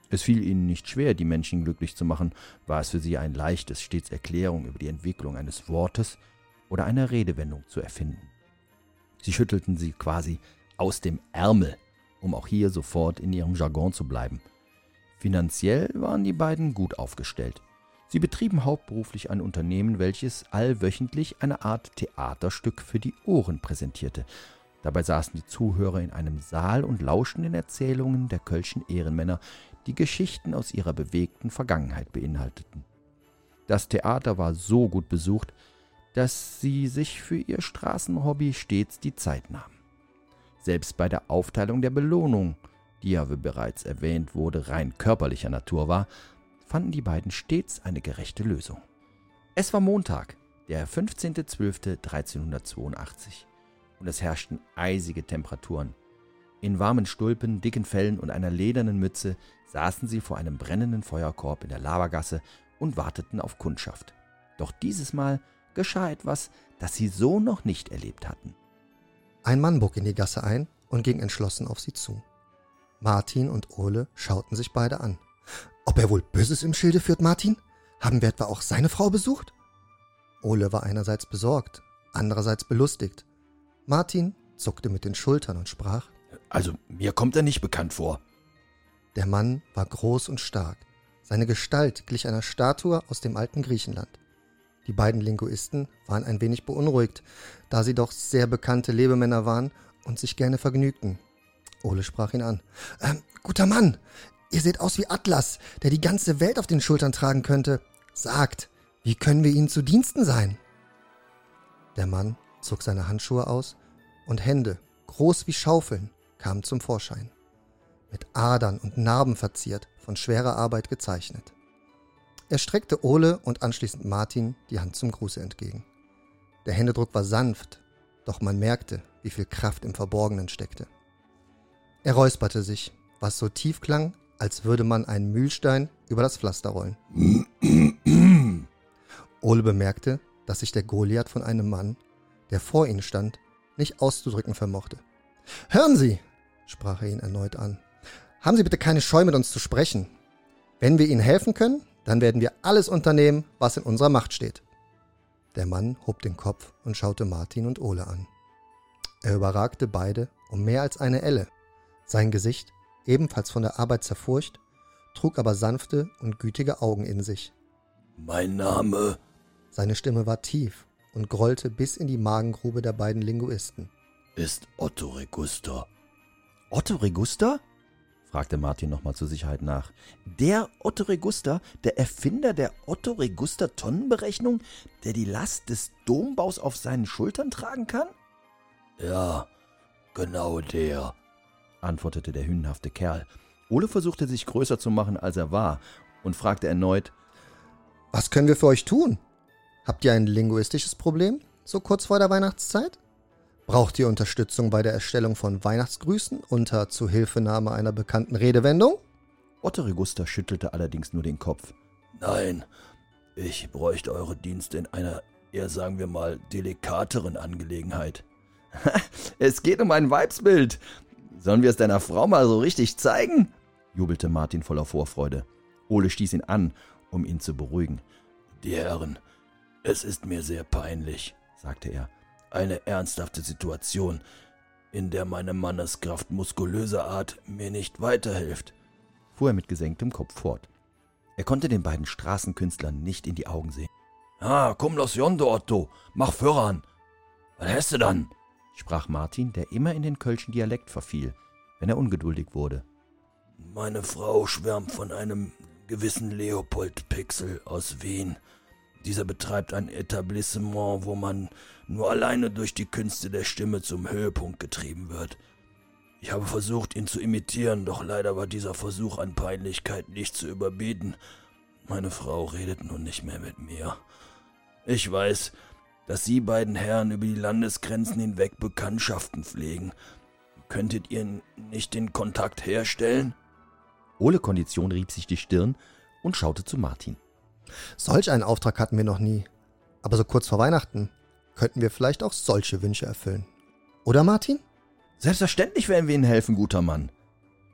Es fiel ihnen nicht schwer, die Menschen glücklich zu machen, war es für sie ein leichtes, stets Erklärung über die Entwicklung eines Wortes oder einer Redewendung zu erfinden. Sie schüttelten sie quasi aus dem Ärmel, um auch hier sofort in ihrem Jargon zu bleiben. Finanziell waren die beiden gut aufgestellt. Sie betrieben hauptberuflich ein Unternehmen, welches allwöchentlich eine Art Theaterstück für die Ohren präsentierte. Dabei saßen die Zuhörer in einem Saal und lauschten den Erzählungen der Kölschen Ehrenmänner, die Geschichten aus ihrer bewegten Vergangenheit beinhalteten. Das Theater war so gut besucht, dass sie sich für ihr Straßenhobby stets die Zeit nahmen. Selbst bei der Aufteilung der Belohnung, die ja, wie bereits erwähnt wurde, rein körperlicher Natur war, fanden die beiden stets eine gerechte Lösung. Es war Montag, der fünfzehnter zwölfter dreizehnhundertzweiundachtzig, und es herrschten eisige Temperaturen. In warmen Stulpen, dicken Fellen und einer ledernen Mütze saßen sie vor einem brennenden Feuerkorb in der Lavagasse und warteten auf Kundschaft. Doch dieses Mal geschah etwas, das sie so noch nicht erlebt hatten. Ein Mann bog in die Gasse ein und ging entschlossen auf sie zu. Martin und Ole schauten sich beide an. Ob er wohl Böses im Schilde führt, Martin? Haben wir etwa auch seine Frau besucht? Ole war einerseits besorgt, andererseits belustigt. Martin zuckte mit den Schultern und sprach: Also, mir kommt er nicht bekannt vor. Der Mann war groß und stark. Seine Gestalt glich einer Statue aus dem alten Griechenland. Die beiden Linguisten waren ein wenig beunruhigt, da sie doch sehr bekannte Lebemänner waren und sich gerne vergnügten. Ole sprach ihn an. Ähm, guter Mann, ihr seht aus wie Atlas, der die ganze Welt auf den Schultern tragen könnte. Sagt, wie können wir Ihnen zu Diensten sein? Der Mann zog seine Handschuhe aus und Hände, groß wie Schaufeln, kamen zum Vorschein. Mit Adern und Narben verziert, von schwerer Arbeit gezeichnet. Er streckte Ole und anschließend Martin die Hand zum Gruße entgegen. Der Händedruck war sanft, doch man merkte, wie viel Kraft im Verborgenen steckte. Er räusperte sich, was so tief klang, als würde man einen Mühlstein über das Pflaster rollen. Ole bemerkte, dass sich der Goliath von einem Mann, der vor ihnen stand, nicht auszudrücken vermochte. »Hören Sie«, sprach er ihn erneut an, »haben Sie bitte keine Scheu, mit uns zu sprechen. Wenn wir Ihnen helfen können, dann werden wir alles unternehmen, was in unserer Macht steht.« Der Mann hob den Kopf und schaute Martin und Ole an. Er überragte beide um mehr als eine Elle. Sein Gesicht, ebenfalls von der Arbeit zerfurcht, trug aber sanfte und gütige Augen in sich. »Mein Name?« Seine Stimme war tief und grollte bis in die Magengrube der beiden Linguisten. »Ist Otto Reguster.« »Otto Reguster?« fragte Martin nochmal zur Sicherheit nach. »Der Otto Reguster, der Erfinder der Otto Reguster Tonnenberechnung, der die Last des Dombaus auf seinen Schultern tragen kann?« »Ja, genau der«, antwortete der hünenhafte Kerl. Ole versuchte sich größer zu machen, als er war, und fragte erneut: »Was können wir für euch tun? Habt ihr ein linguistisches Problem, so kurz vor der Weihnachtszeit? Braucht ihr Unterstützung bei der Erstellung von Weihnachtsgrüßen unter Zuhilfenahme einer bekannten Redewendung?« Otto Reguster schüttelte allerdings nur den Kopf. »Nein, ich bräuchte eure Dienste in einer eher, sagen wir mal, delikateren Angelegenheit.« »Es geht um ein Weibsbild. Sollen wir es deiner Frau mal so richtig zeigen?« jubelte Martin voller Vorfreude. Ole stieß ihn an, um ihn zu beruhigen. »Die Herren, es ist mir sehr peinlich«, sagte er. »Eine ernsthafte Situation, in der meine Manneskraft muskulöser Art mir nicht weiterhilft«, fuhr er mit gesenktem Kopf fort. Er konnte den beiden Straßenkünstlern nicht in die Augen sehen. »Ah, komm los jonde, Otto, mach voran. Was hast du dann?« sprach Martin, der immer in den kölschen Dialekt verfiel, wenn er ungeduldig wurde. »Meine Frau schwärmt von einem gewissen Leopold Pixel aus Wien. Dieser betreibt ein Etablissement, wo man nur alleine durch die Künste der Stimme zum Höhepunkt getrieben wird. Ich habe versucht, ihn zu imitieren, doch leider war dieser Versuch an Peinlichkeit nicht zu überbieten. Meine Frau redet nun nicht mehr mit mir. Ich weiß, dass Sie beiden Herren über die Landesgrenzen hinweg Bekanntschaften pflegen. Könntet ihr nicht den Kontakt herstellen?« Ole Kondition rieb sich die Stirn und schaute zu Martin. »Solch einen Auftrag hatten wir noch nie. Aber so kurz vor Weihnachten könnten wir vielleicht auch solche Wünsche erfüllen. Oder, Martin?« »Selbstverständlich werden wir Ihnen helfen, guter Mann.«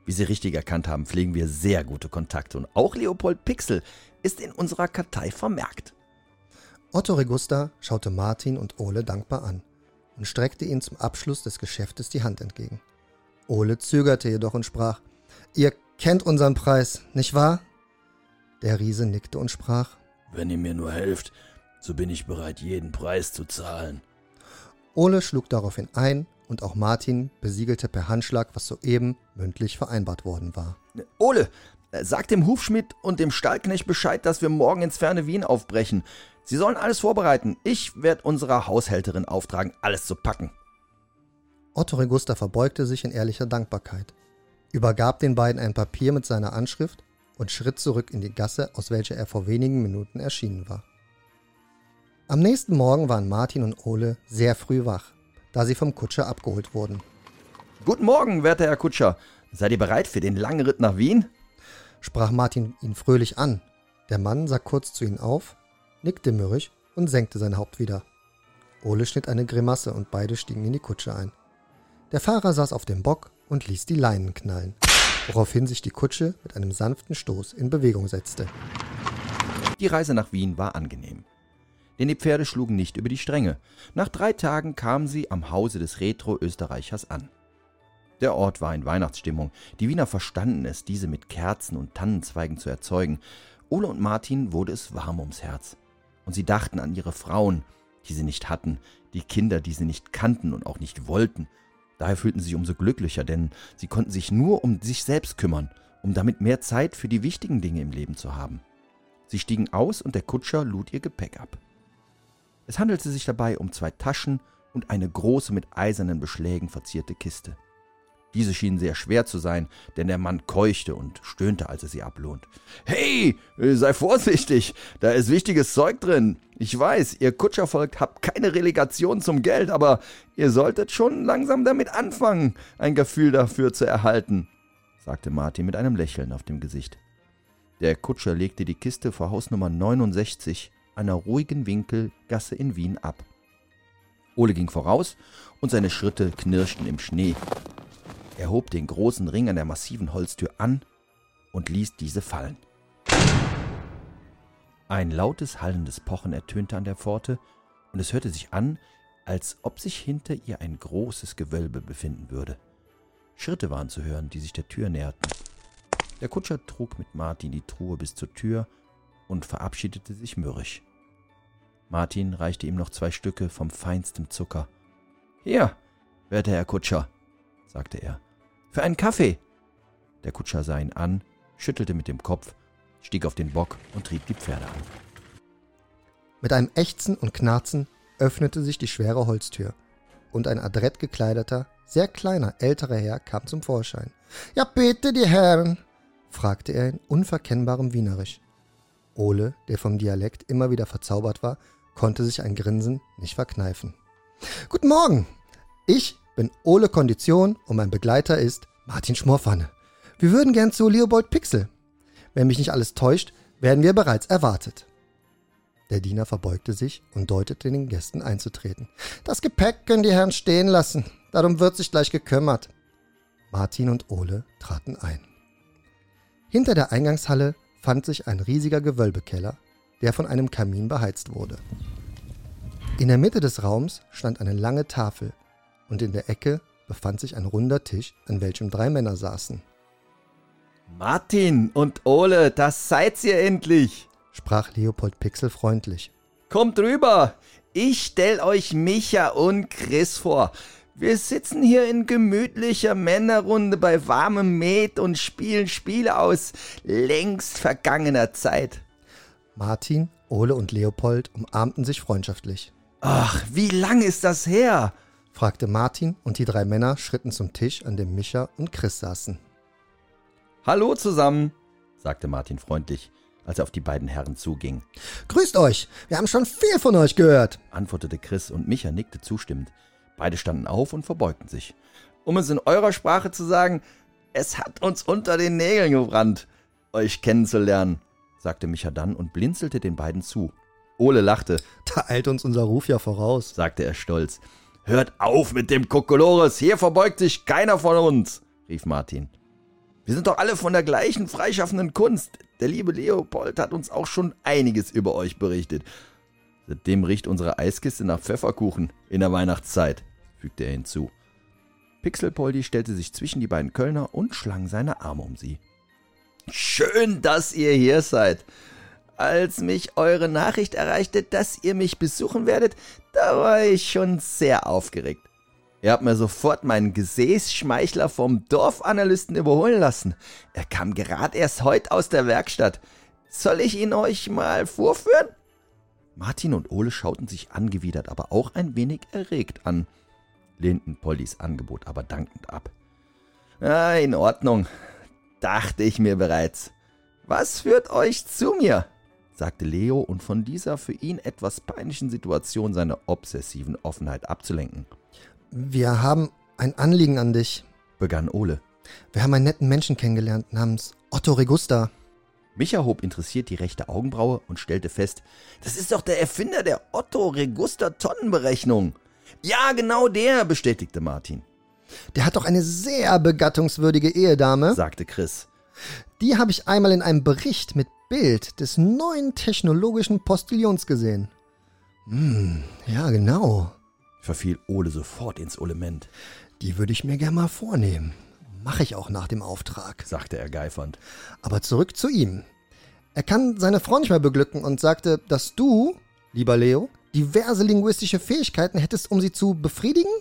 Wie Sie richtig erkannt haben, pflegen wir sehr gute Kontakte und auch Leopold Pixel ist in unserer Kartei vermerkt. Otto Regusta schaute Martin und Ole dankbar an und streckte ihnen zum Abschluss des Geschäftes die Hand entgegen. Ole zögerte jedoch und sprach: »Ihr kennt unseren Preis, nicht wahr?« Der Riese nickte und sprach: »Wenn ihr mir nur helft, so bin ich bereit, jeden Preis zu zahlen.« Ole schlug daraufhin ein und auch Martin besiegelte per Handschlag, was soeben mündlich vereinbart worden war. »Ole, sag dem Hufschmied und dem Stallknecht Bescheid, dass wir morgen ins ferne Wien aufbrechen. Sie sollen alles vorbereiten. Ich werde unserer Haushälterin auftragen, alles zu packen.« Otto Regusta verbeugte sich in ehrlicher Dankbarkeit, übergab den beiden ein Papier mit seiner Anschrift und schritt zurück in die Gasse, aus welcher er vor wenigen Minuten erschienen war. Am nächsten Morgen waren Martin und Ole sehr früh wach, da sie vom Kutscher abgeholt wurden. »Guten Morgen, werter Herr Kutscher. Seid ihr bereit für den langen Ritt nach Wien?« sprach Martin ihn fröhlich an. Der Mann sah kurz zu ihnen auf, nickte mürrisch und senkte sein Haupt wieder. Ole schnitt eine Grimasse und beide stiegen in die Kutsche ein. Der Fahrer saß auf dem Bock und ließ die Leinen knallen, woraufhin sich die Kutsche mit einem sanften Stoß in Bewegung setzte. Die Reise nach Wien war angenehm, denn die Pferde schlugen nicht über die Stränge. Nach drei Tagen kamen sie am Hause des Retro-Österreichers an. Der Ort war in Weihnachtsstimmung. Die Wiener verstanden es, diese mit Kerzen und Tannenzweigen zu erzeugen. Ole und Martin wurde es warm ums Herz. Und sie dachten an ihre Frauen, die sie nicht hatten, die Kinder, die sie nicht kannten und auch nicht wollten. Daher fühlten sie sich umso glücklicher, denn sie konnten sich nur um sich selbst kümmern, um damit mehr Zeit für die wichtigen Dinge im Leben zu haben. Sie stiegen aus und der Kutscher lud ihr Gepäck ab. Es handelte sich dabei um zwei Taschen und eine große mit eisernen Beschlägen verzierte Kiste. Diese schienen sehr schwer zu sein, denn der Mann keuchte und stöhnte, als er sie ablehnt. »Hey, sei vorsichtig, da ist wichtiges Zeug drin. Ich weiß, ihr Kutschervolk habt keine Relegation zum Geld, aber ihr solltet schon langsam damit anfangen, ein Gefühl dafür zu erhalten«, sagte Martin mit einem Lächeln auf dem Gesicht. Der Kutscher legte die Kiste vor Hausnummer neunundsechzig, einer ruhigen Winkelgasse in Wien, ab. Ole ging voraus und seine Schritte knirschten im Schnee. Er hob den großen Ring an der massiven Holztür an und ließ diese fallen. Ein lautes, hallendes Pochen ertönte an der Pforte, und es hörte sich an, als ob sich hinter ihr ein großes Gewölbe befinden würde. Schritte waren zu hören, die sich der Tür näherten. Der Kutscher trug mit Martin die Truhe bis zur Tür und verabschiedete sich mürrisch. Martin reichte ihm noch zwei Stücke vom feinsten Zucker. »Hier, werter Herr Kutscher«, sagte er, »für einen Kaffee.« Der Kutscher sah ihn an, schüttelte mit dem Kopf, stieg auf den Bock und trieb die Pferde an. Mit einem Ächzen und Knarzen öffnete sich die schwere Holztür und ein adrett gekleideter, sehr kleiner, älterer Herr kam zum Vorschein. »Ja bitte, die Herren«, fragte er in unverkennbarem Wienerisch. Ole, der vom Dialekt immer wieder verzaubert war, konnte sich ein Grinsen nicht verkneifen. »Guten Morgen, ich bin Ole Kondition und mein Begleiter ist Martin Schmorpfanne. Wir würden gern zu Leopold Pixel. Wenn mich nicht alles täuscht, werden wir bereits erwartet.« Der Diener verbeugte sich und deutete den Gästen einzutreten. »Das Gepäck können die Herren stehen lassen, darum wird sich gleich gekümmert.« Martin und Ole traten ein. Hinter der Eingangshalle fand sich ein riesiger Gewölbekeller, der von einem Kamin beheizt wurde. In der Mitte des Raums stand eine lange Tafel, und in der Ecke befand sich ein runder Tisch, an welchem drei Männer saßen. »Martin und Ole, das seid ihr endlich«, sprach Leopold Pixel freundlich. »Kommt rüber, ich stell euch Micha und Chris vor. Wir sitzen hier in gemütlicher Männerrunde bei warmem Met und spielen Spiele aus längst vergangener Zeit.« Martin, Ole und Leopold umarmten sich freundschaftlich. »Ach, wie lang ist das her?« fragte Martin, und die drei Männer schritten zum Tisch, an dem Micha und Chris saßen. »Hallo zusammen«, sagte Martin freundlich, als er auf die beiden Herren zuging. »Grüßt euch, wir haben schon viel von euch gehört«, antwortete Chris, und Micha nickte zustimmend. Beide standen auf und verbeugten sich. »Um es in eurer Sprache zu sagen, es hat uns unter den Nägeln gebrannt, euch kennenzulernen«, sagte Micha dann und blinzelte den beiden zu. Ole lachte. »Da eilt uns unser Ruf ja voraus«, sagte er stolz. »Hört auf mit dem Kokolores, hier verbeugt sich keiner von uns«, rief Martin. Wir sind doch alle von der gleichen freischaffenden Kunst. Der liebe Leopold hat uns auch schon einiges über euch berichtet. Seitdem riecht unsere Eiskiste nach Pfefferkuchen in der Weihnachtszeit, fügte er hinzu. Pixelpoldi stellte sich zwischen die beiden Kölner und schlang seine Arme um sie. Schön, dass ihr hier seid. Als mich eure Nachricht erreichte, dass ihr mich besuchen werdet, da war ich schon sehr aufgeregt. Ihr habt mir sofort meinen Gesäßschmeichler vom Dorfanalysten überholen lassen. Er kam gerade erst heute aus der Werkstatt. Soll ich ihn euch mal vorführen? Martin und Ole schauten sich angewidert, aber auch ein wenig erregt an, lehnten Poldis Angebot aber dankend ab. Ah, in Ordnung, dachte ich mir bereits. Was führt euch zu mir? Sagte Leo, und von dieser für ihn etwas peinlichen Situation seine obsessiven Offenheit abzulenken. Wir haben ein Anliegen an dich, begann Ole. Wir haben einen netten Menschen kennengelernt namens Otto Regusta. Micha hob interessiert die rechte Augenbraue und stellte fest, das ist doch der Erfinder der Otto Regusta Tonnenberechnung. Ja, genau der, bestätigte Martin. Der hat doch eine sehr begattungswürdige Ehedame, sagte Chris. Die habe ich einmal in einem Bericht mit Bild des neuen technologischen Postillons gesehen. Hm, ja genau, verfiel Ole sofort ins Element. Die würde ich mir gern mal vornehmen. Mache ich auch nach dem Auftrag, sagte er geifernd. Aber zurück zu ihm. Er kann seine Frau nicht mehr beglücken und sagte, dass du, lieber Leo, diverse linguistische Fähigkeiten hättest, um sie zu befriedigen?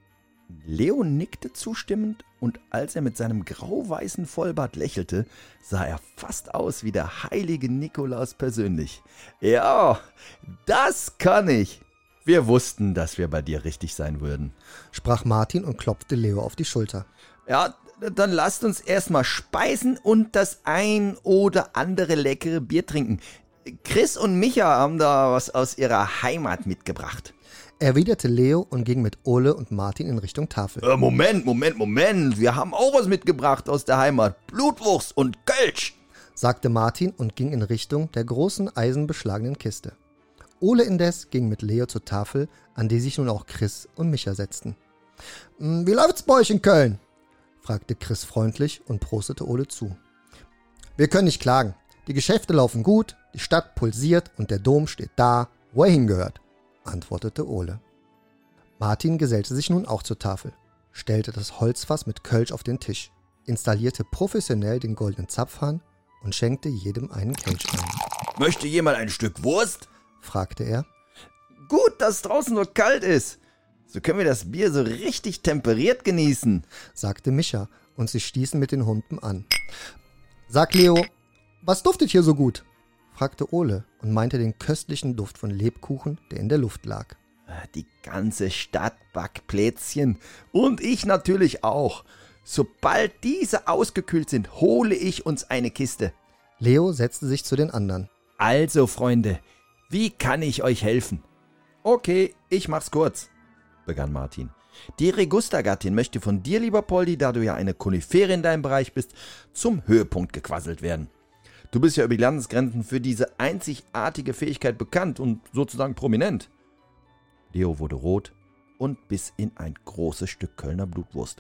Leo nickte zustimmend, und als er mit seinem grau-weißen Vollbart lächelte, sah er fast aus wie der heilige Nikolaus persönlich. Ja, das kann ich. Wir wussten, dass wir bei dir richtig sein würden, sprach Martin und klopfte Leo auf die Schulter. Ja, dann lasst uns erstmal speisen und das ein oder andere leckere Bier trinken. Chris und Micha haben da was aus ihrer Heimat mitgebracht, erwiderte Leo und ging mit Ole und Martin in Richtung Tafel. Äh, Moment, Moment, Moment, wir haben auch was mitgebracht aus der Heimat. Blutwurst und Kölsch, sagte Martin und ging in Richtung der großen eisenbeschlagenen Kiste. Ole indes ging mit Leo zur Tafel, an die sich nun auch Chris und Micha setzten. »Wie läuft's bei euch in Köln?« fragte Chris freundlich und prostete Ole zu. »Wir können nicht klagen. Die Geschäfte laufen gut, die Stadt pulsiert und der Dom steht da, wo er hingehört«, antwortete Ole. Martin gesellte sich nun auch zur Tafel, stellte das Holzfass mit Kölsch auf den Tisch, installierte professionell den goldenen Zapfhahn und schenkte jedem einen Kelch ein. »Möchte jemand ein Stück Wurst?« fragte er. Gut, dass draußen so kalt ist. So können wir das Bier so richtig temperiert genießen, sagte Micha, und sie stießen mit den Humpen an. Sag Leo, was duftet hier so gut? Fragte Ole und meinte den köstlichen Duft von Lebkuchen, der in der Luft lag. Die ganze Stadt backt Plätzchen und ich natürlich auch. Sobald diese ausgekühlt sind, hole ich uns eine Kiste. Leo setzte sich zu den anderen. Also, Freunde, wie kann ich euch helfen? Okay, ich mach's kurz, begann Martin. Die Regusta-Gattin möchte von dir, lieber Poldi, da du ja eine Koryphäre in deinem Bereich bist, zum Höhepunkt gequasselt werden. Du bist ja über die Landesgrenzen für diese einzigartige Fähigkeit bekannt und sozusagen prominent. Leo wurde rot und biss in ein großes Stück Kölner Blutwurst.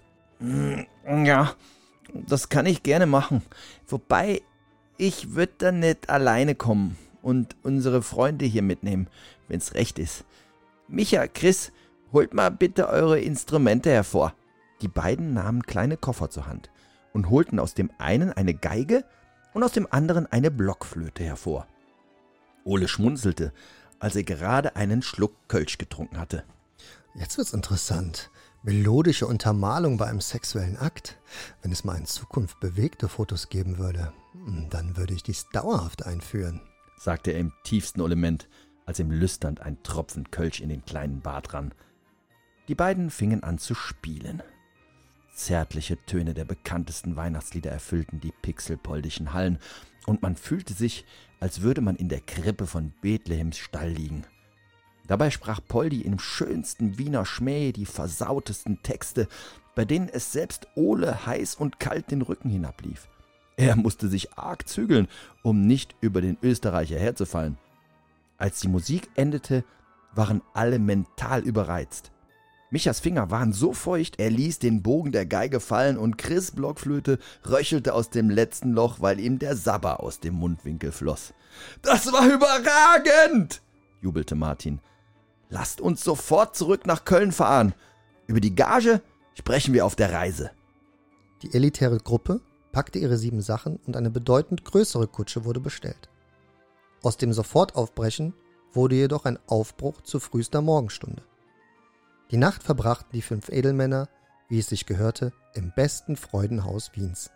Ja, das kann ich gerne machen. Wobei, ich würde dann nicht alleine kommen und unsere Freunde hier mitnehmen, wenn's recht ist. Micha, Chris, holt mal bitte eure Instrumente hervor. Die beiden nahmen kleine Koffer zur Hand und holten aus dem einen eine Geige und aus dem anderen eine Blockflöte hervor. Ole schmunzelte, als er gerade einen Schluck Kölsch getrunken hatte. Jetzt wird's interessant. Melodische Untermalung bei einem sexuellen Akt. Wenn es mal in Zukunft bewegte Fotos geben würde, dann würde ich dies dauerhaft einführen, sagte er im tiefsten Element, als ihm lüsternd ein Tropfen Kölsch in den kleinen Bart rann. Die beiden fingen an zu spielen. Zärtliche Töne der bekanntesten Weihnachtslieder erfüllten die pixelpoldischen Hallen, und man fühlte sich, als würde man in der Krippe von Bethlehems Stall liegen. Dabei sprach Poldi im schönsten Wiener Schmäh die versautesten Texte, bei denen es selbst Ole heiß und kalt den Rücken hinablief. Er musste sich arg zügeln, um nicht über den Österreicher herzufallen. Als die Musik endete, waren alle mental überreizt. Michas Finger waren so feucht, er ließ den Bogen der Geige fallen und Chris' Blockflöte röchelte aus dem letzten Loch, weil ihm der Sabber aus dem Mundwinkel floss. »Das war überragend«, jubelte Martin. »Lasst uns sofort zurück nach Köln fahren. Über die Gage sprechen wir auf der Reise.« Die elitäre Gruppe packte ihre sieben Sachen und eine bedeutend größere Kutsche wurde bestellt. Aus dem Sofortaufbrechen wurde jedoch ein Aufbruch zu frühester Morgenstunde. Die Nacht verbrachten die fünf Edelmänner, wie es sich gehörte, im besten Freudenhaus Wiens.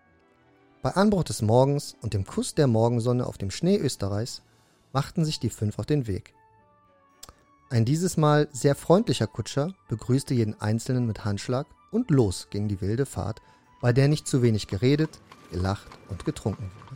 Bei Anbruch des Morgens und dem Kuss der Morgensonne auf dem Schnee Österreichs machten sich die fünf auf den Weg. Ein dieses Mal sehr freundlicher Kutscher begrüßte jeden Einzelnen mit Handschlag und los ging die wilde Fahrt, bei der nicht zu wenig geredet, gelacht und getrunken wurde.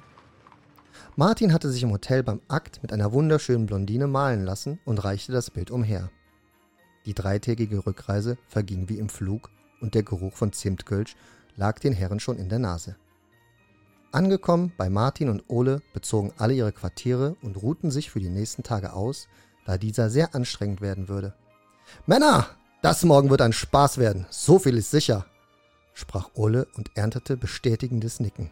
Martin hatte sich im Hotel beim Akt mit einer wunderschönen Blondine malen lassen und reichte das Bild umher. Die dreitägige Rückreise verging wie im Flug und der Geruch von Zimtkölsch lag den Herren schon in der Nase. Angekommen bei Martin und Ole bezogen alle ihre Quartiere und ruhten sich für die nächsten Tage aus, da dieser sehr anstrengend werden würde. »Männer, das morgen wird ein Spaß werden, so viel ist sicher«, sprach Ole und erntete bestätigendes Nicken.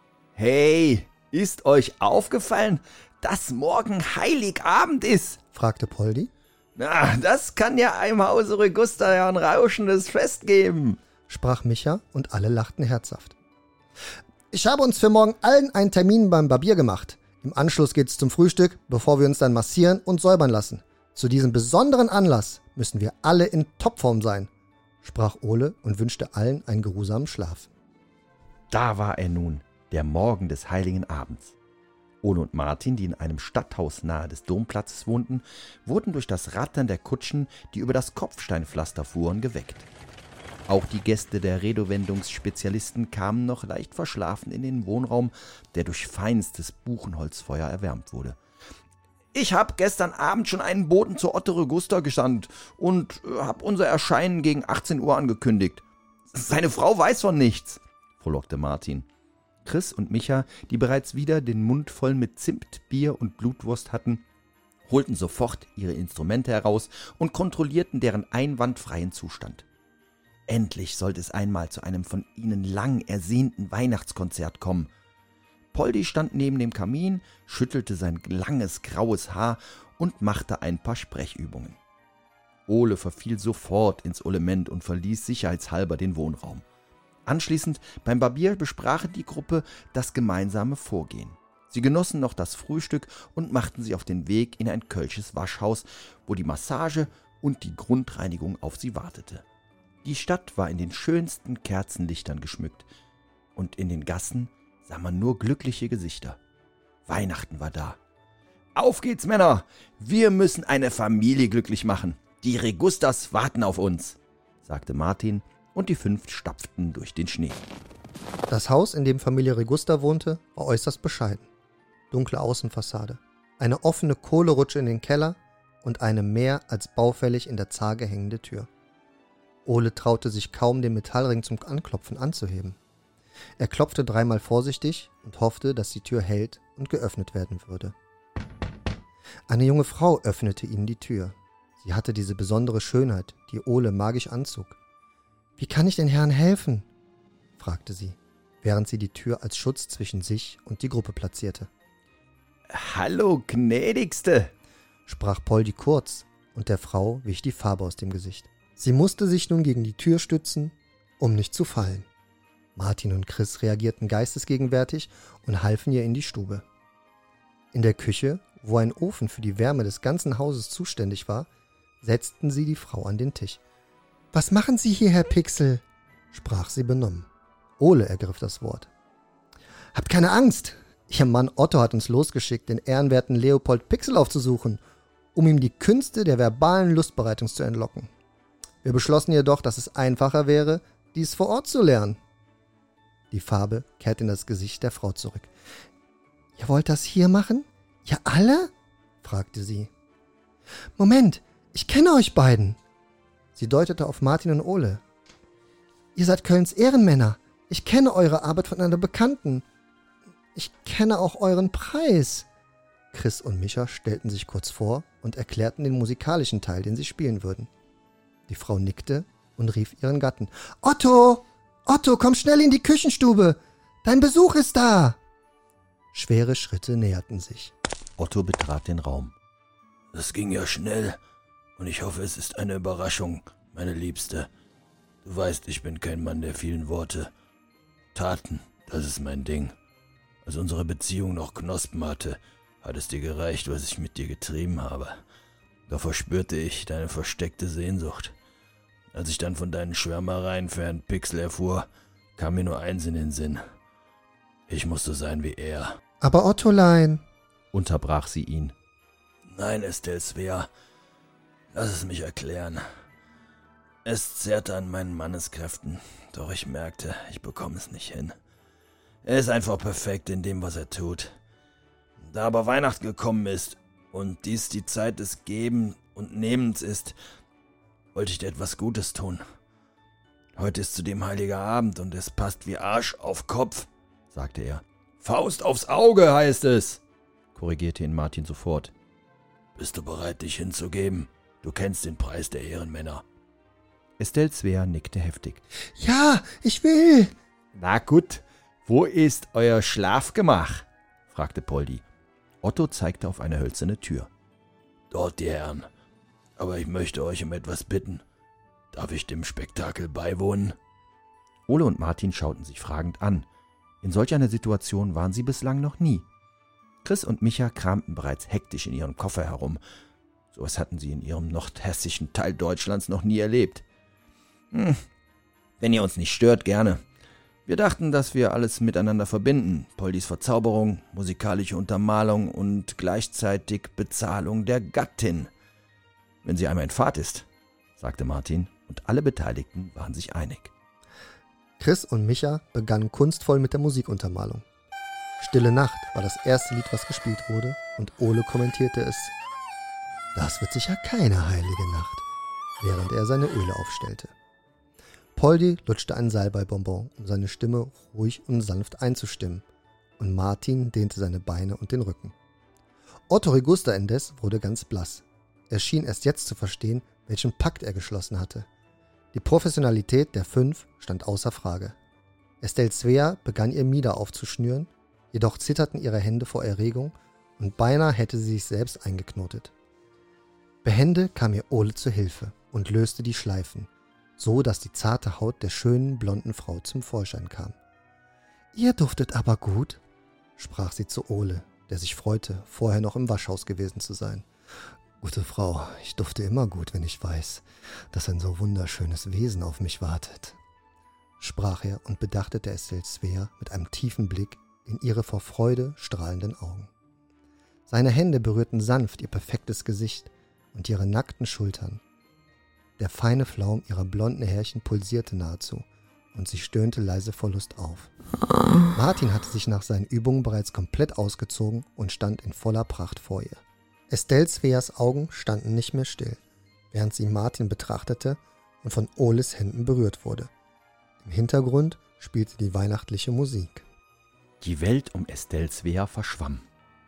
»Hey, ist euch aufgefallen, dass morgen Heiligabend ist?« fragte Poldi. »Na, das kann ja einem Hause Regusta ja ein rauschendes Fest geben«, sprach Micha und alle lachten herzhaft. »Ich habe uns für morgen allen einen Termin beim Barbier gemacht. Im Anschluss geht's zum Frühstück, bevor wir uns dann massieren und säubern lassen. Zu diesem besonderen Anlass müssen wir alle in Topform sein«, sprach Ole und wünschte allen einen geruhsamen Schlaf. Da war er nun, der Morgen des heiligen Abends. Ole und Martin, die in einem Stadthaus nahe des Domplatzes wohnten, wurden durch das Rattern der Kutschen, die über das Kopfsteinpflaster fuhren, geweckt. Auch die Gäste der Redewendungsspezialisten kamen noch leicht verschlafen in den Wohnraum, der durch feinstes Buchenholzfeuer erwärmt wurde. »Ich hab gestern Abend schon einen Boten zur Otte Regusta gesandt und hab unser Erscheinen gegen achtzehn Uhr angekündigt. Seine Frau weiß von nichts«, frohlockte Martin. Chris und Micha, die bereits wieder den Mund voll mit Zimt, Bier und Blutwurst hatten, holten sofort ihre Instrumente heraus und kontrollierten deren einwandfreien Zustand. Endlich sollte es einmal zu einem von ihnen lang ersehnten Weihnachtskonzert kommen. Poldi stand neben dem Kamin, schüttelte sein langes graues Haar und machte ein paar Sprechübungen. Ole verfiel sofort ins Element und verließ sicherheitshalber den Wohnraum. Anschließend beim Barbier besprachen die Gruppe das gemeinsame Vorgehen. Sie genossen noch das Frühstück und machten sich auf den Weg in ein kölsches Waschhaus, wo die Massage und die Grundreinigung auf sie wartete. Die Stadt war in den schönsten Kerzenlichtern geschmückt und in den Gassen sah man nur glückliche Gesichter. Weihnachten war da. »Auf geht's, Männer! Wir müssen eine Familie glücklich machen. Die Regustas warten auf uns«, sagte Martin, und die fünf stapften durch den Schnee. Das Haus, in dem Familie Regusta wohnte, war äußerst bescheiden. Dunkle Außenfassade, eine offene Kohlerutsche in den Keller und eine mehr als baufällig in der Zarge hängende Tür. Ole traute sich kaum, den Metallring zum Anklopfen anzuheben. Er klopfte dreimal vorsichtig und hoffte, dass die Tür hält und geöffnet werden würde. Eine junge Frau öffnete ihnen die Tür. Sie hatte diese besondere Schönheit, die Ole magisch anzog. »Wie kann ich den Herren helfen?« fragte sie, während sie die Tür als Schutz zwischen sich und die Gruppe platzierte. »Hallo, gnädigste«, sprach Poldi kurz, und der Frau wich die Farbe aus dem Gesicht. Sie musste sich nun gegen die Tür stützen, um nicht zu fallen. Martin und Chris reagierten geistesgegenwärtig und halfen ihr in die Stube. In der Küche, wo ein Ofen für die Wärme des ganzen Hauses zuständig war, setzten sie die Frau an den Tisch. »Was machen Sie hier, Herr Pixel?« sprach sie benommen. Ole ergriff das Wort. »Habt keine Angst! Ihr Mann Otto hat uns losgeschickt, den ehrenwerten Leopold Pixel aufzusuchen, um ihm die Künste der verbalen Lustbereitung zu entlocken. Wir beschlossen jedoch, dass es einfacher wäre, dies vor Ort zu lernen.« Die Farbe kehrte in das Gesicht der Frau zurück. »Ihr wollt das hier machen? Ihr alle?« fragte sie. »Moment, ich kenne euch beiden.« Sie deutete auf Martin und Ole. »Ihr seid Kölns Ehrenmänner. Ich kenne eure Arbeit von einer Bekannten. Ich kenne auch euren Preis.« Chris und Micha stellten sich kurz vor und erklärten den musikalischen Teil, den sie spielen würden. Die Frau nickte und rief ihren Gatten. »Otto! Otto, komm schnell in die Küchenstube! Dein Besuch ist da!« Schwere Schritte näherten sich. Otto betrat den Raum. »Das ging ja schnell und ich hoffe, es ist eine Überraschung, meine Liebste. Du weißt, ich bin kein Mann der vielen Worte. Taten, das ist mein Ding. Als unsere Beziehung noch Knospen hatte, hat es dir gereicht, was ich mit dir getrieben habe. Da verspürte ich deine versteckte Sehnsucht. Als ich dann von deinen Schwärmereien für Herrn Pixel erfuhr, kam mir nur eins in den Sinn. Ich musste sein wie er.« »Aber Ottolein«, unterbrach sie ihn. »Nein, Estelle Svea, lass es mich erklären. Es zehrte an meinen Manneskräften, doch ich merkte, ich bekomme es nicht hin. Er ist einfach perfekt in dem, was er tut. Da aber Weihnachten gekommen ist und dies die Zeit des Geben und Nehmens ist, wollte ich dir etwas Gutes tun. Heute ist zudem heiliger Abend und es passt wie Arsch auf Kopf«, sagte er. »Faust aufs Auge heißt es«, korrigierte ihn Martin sofort. »Bist du bereit, dich hinzugeben? Du kennst den Preis der Ehrenmänner.« Estelle Svea nickte heftig. »Ja, ich will!« »Na gut, wo ist euer Schlafgemach?« fragte Poldi. Otto zeigte auf eine hölzerne Tür. »Dort, die Herren. Aber ich möchte euch um etwas bitten. Darf ich dem Spektakel beiwohnen?« Ole und Martin schauten sich fragend an. In solch einer Situation waren sie bislang noch nie. Chris und Micha kramten bereits hektisch in ihrem Koffer herum. So etwas hatten sie in ihrem nordhessischen Teil Deutschlands noch nie erlebt. Hm, wenn ihr uns nicht stört, gerne. Wir dachten, dass wir alles miteinander verbinden. Poldis Verzauberung, musikalische Untermalung und gleichzeitig Bezahlung der Gattin. Wenn sie einmal in Fahrt ist, sagte Martin, und alle Beteiligten waren sich einig. Chris und Micha begannen kunstvoll mit der Musikuntermalung. »Stille Nacht« war das erste Lied, was gespielt wurde, und Ole kommentierte es. »Das wird sicher keine heilige Nacht«, während er seine Öle aufstellte. Poldi lutschte ein Salbeibonbon, um seine Stimme ruhig und sanft einzustimmen, und Martin dehnte seine Beine und den Rücken. Otto Regusta indes wurde ganz blass. Er schien erst jetzt zu verstehen, welchen Pakt er geschlossen hatte. Die Professionalität der Fünf stand außer Frage. Estelle Svea begann ihr Mieder aufzuschnüren, jedoch zitterten ihre Hände vor Erregung und beinahe hätte sie sich selbst eingeknotet. Behende kam ihr Ole zu Hilfe und löste die Schleifen, so dass die zarte Haut der schönen, blonden Frau zum Vorschein kam. »Ihr duftet aber gut«, sprach sie zu Ole, der sich freute, vorher noch im Waschhaus gewesen zu sein. »Gute Frau, ich dufte immer gut, wenn ich weiß, dass ein so wunderschönes Wesen auf mich wartet«, sprach er und bedachtete Estelle Svea mit einem tiefen Blick in ihre vor Freude strahlenden Augen. Seine Hände berührten sanft ihr perfektes Gesicht und ihre nackten Schultern. Der feine Flaum ihrer blonden Härchen pulsierte nahezu, und sie stöhnte leise vor Lust auf. Martin hatte sich nach seinen Übungen bereits komplett ausgezogen und stand in voller Pracht vor ihr. Estelle Sveas Augen standen nicht mehr still, während sie Martin betrachtete und von Oles Händen berührt wurde. Im Hintergrund spielte die weihnachtliche Musik. Die Welt um Estelle Svea verschwamm.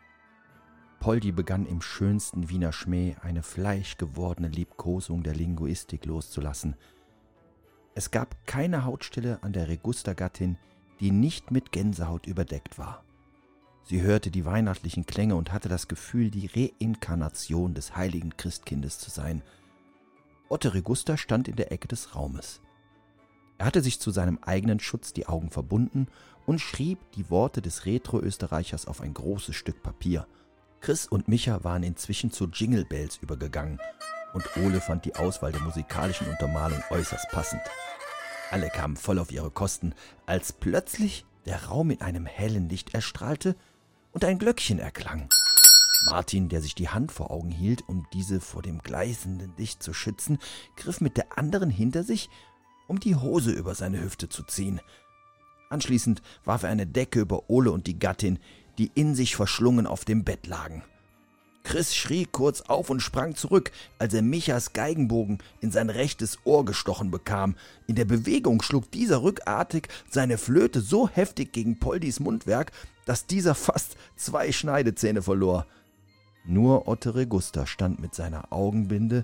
Poldi begann im schönsten Wiener Schmäh eine fleischgewordene Liebkosung der Linguistik loszulassen. Es gab keine Hautstelle an der Regusta-Gattin, die nicht mit Gänsehaut überdeckt war. Sie hörte die weihnachtlichen Klänge und hatte das Gefühl, die Reinkarnation des heiligen Christkindes zu sein. Otto Regusta stand in der Ecke des Raumes. Er hatte sich zu seinem eigenen Schutz die Augen verbunden und schrieb die Worte des Retro-Österreichers auf ein großes Stück Papier. Chris und Micha waren inzwischen zu Jingle Bells übergegangen und Ole fand die Auswahl der musikalischen Untermalung äußerst passend. Alle kamen voll auf ihre Kosten, als plötzlich der Raum in einem hellen Licht erstrahlte und ein Glöckchen erklang. Martin, der sich die Hand vor Augen hielt, um diese vor dem gleißenden Licht zu schützen, griff mit der anderen hinter sich, um die Hose über seine Hüfte zu ziehen. Anschließend warf er eine Decke über Ole und die Gattin, die in sich verschlungen auf dem Bett lagen. Chris schrie kurz auf und sprang zurück, als er Michas Geigenbogen in sein rechtes Ohr gestochen bekam. In der Bewegung schlug dieser rückartig seine Flöte so heftig gegen Poldis Mundwerk, dass dieser fast zwei Schneidezähne verlor. Nur Otto Regusta stand mit seiner Augenbinde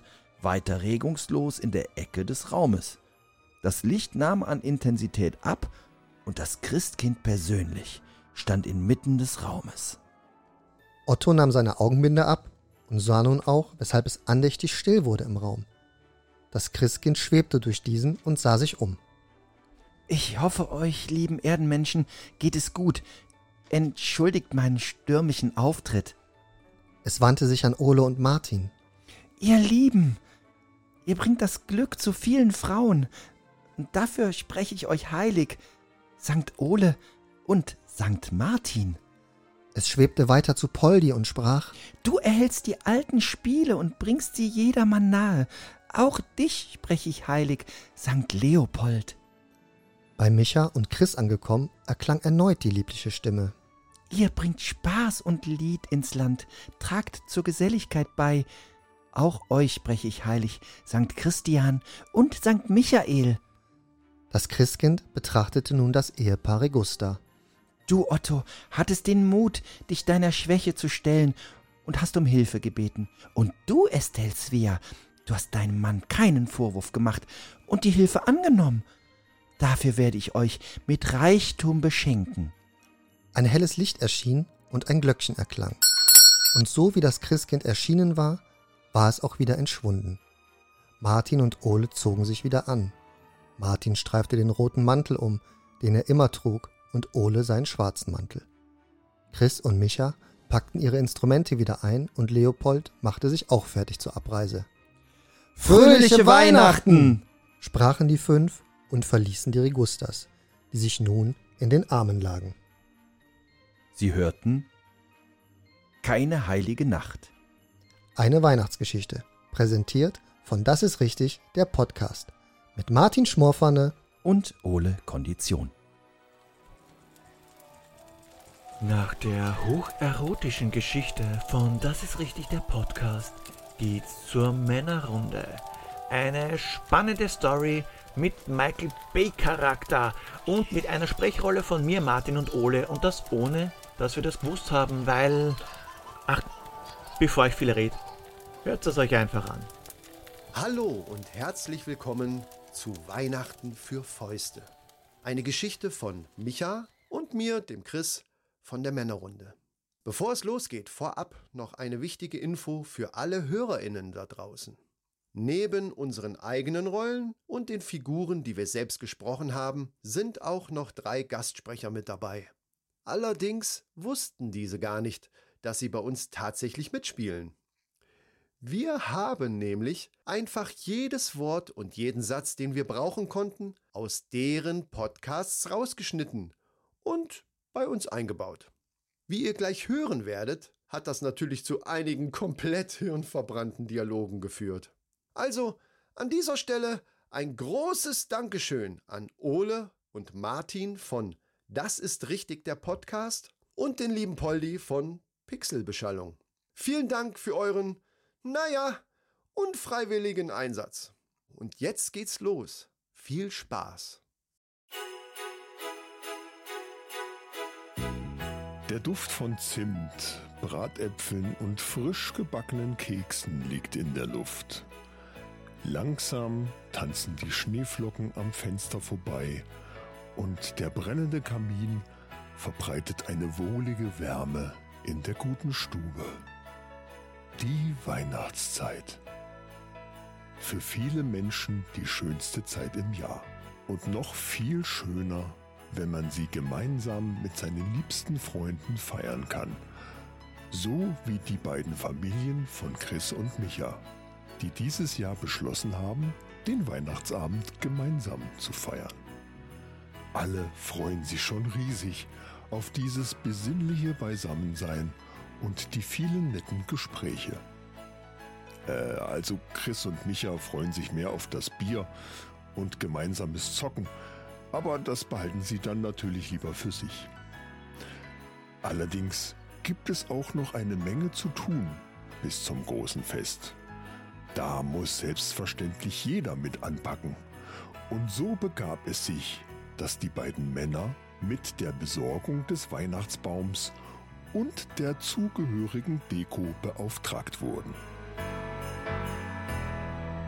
weiter regungslos in der Ecke des Raumes. Das Licht nahm an Intensität ab und das Christkind persönlich stand inmitten des Raumes. Otto nahm seine Augenbinde ab und sah nun auch, weshalb es andächtig still wurde im Raum. Das Christkind schwebte durch diesen und sah sich um. Ich hoffe, euch lieben Erdenmenschen geht es gut. Entschuldigt meinen stürmischen Auftritt. Es wandte sich an Ole und Martin. Ihr Lieben, ihr bringt das Glück zu vielen Frauen. Und dafür spreche ich euch heilig, Sankt Ole und Sankt Martin. Es schwebte weiter zu Poldi und sprach: Du erhältst die alten Spiele und bringst sie jedermann nahe. Auch dich spreche ich heilig, Sankt Leopold. Bei Micha und Chris angekommen, erklang erneut die liebliche Stimme. Ihr bringt Spaß und Lied ins Land, tragt zur Geselligkeit bei. Auch euch spreche ich heilig, Sankt Christian und Sankt Michael. Das Christkind betrachtete nun das Ehepaar Regusta. Du, Otto, hattest den Mut, dich deiner Schwäche zu stellen und hast um Hilfe gebeten. Und du, Estelle Svea, du hast deinem Mann keinen Vorwurf gemacht und die Hilfe angenommen. Dafür werde ich euch mit Reichtum beschenken. Ein helles Licht erschien und ein Glöckchen erklang. Und so wie das Christkind erschienen war, war es auch wieder entschwunden. Martin und Ole zogen sich wieder an. Martin streifte den roten Mantel um, den er immer trug, und Ole seinen schwarzen Mantel. Chris und Micha packten ihre Instrumente wieder ein und Leopold machte sich auch fertig zur Abreise. »Fröhliche Weihnachten!« sprachen die fünf und verließen die Regustas, die sich nun in den Armen lagen. Sie hörten Keine heilige Nacht. Eine Weihnachtsgeschichte, präsentiert von Das ist richtig, der Podcast, mit Martin Schmorpfanne und Ole Kondition. Nach der hocherotischen Geschichte von Das ist richtig, der Podcast, geht's zur Männerrunde. Eine spannende Story mit Michael Bay-Charakter und mit einer Sprechrolle von mir, Martin und Ole, und das ohne, dass wir das gewusst haben, weil... Ach, bevor ich viel rede, hört es euch einfach an. Hallo und herzlich willkommen zu Weihnachten für Fäuste. Eine Geschichte von Micha und mir, dem Chris, von der Männerrunde. Bevor es losgeht, vorab noch eine wichtige Info für alle HörerInnen da draußen. Neben unseren eigenen Rollen und den Figuren, die wir selbst gesprochen haben, sind auch noch drei Gastsprecher mit dabei. Allerdings wussten diese gar nicht, dass sie bei uns tatsächlich mitspielen. Wir haben nämlich einfach jedes Wort und jeden Satz, den wir brauchen konnten, aus deren Podcasts rausgeschnitten und bei uns eingebaut. Wie ihr gleich hören werdet, hat das natürlich zu einigen komplett hirnverbrannten Dialogen geführt. Also an dieser Stelle ein großes Dankeschön an Ole und Martin von Das ist richtig, der Podcast und den lieben Poldi von Pixelbeschallung. Vielen Dank für euren, naja, unfreiwilligen Einsatz. Und jetzt geht's los. Viel Spaß. Der Duft von Zimt, Bratäpfeln und frisch gebackenen Keksen liegt in der Luft. Langsam tanzen die Schneeflocken am Fenster vorbei und der brennende Kamin verbreitet eine wohlige Wärme in der guten Stube. Die Weihnachtszeit. Für viele Menschen die schönste Zeit im Jahr. Und noch viel schöner, wenn man sie gemeinsam mit seinen liebsten Freunden feiern kann. So wie die beiden Familien von Chris und Micha, die dieses Jahr beschlossen haben, den Weihnachtsabend gemeinsam zu feiern. Alle freuen sich schon riesig auf dieses besinnliche Beisammensein und die vielen netten Gespräche. Äh, also Chris und Micha freuen sich mehr auf das Bier und gemeinsames Zocken, aber das behalten sie dann natürlich lieber für sich. Allerdings gibt es auch noch eine Menge zu tun bis zum großen Fest. Da muss selbstverständlich jeder mit anpacken. Und so begab es sich, dass die beiden Männer mit der Besorgung des Weihnachtsbaums und der zugehörigen Deko beauftragt wurden.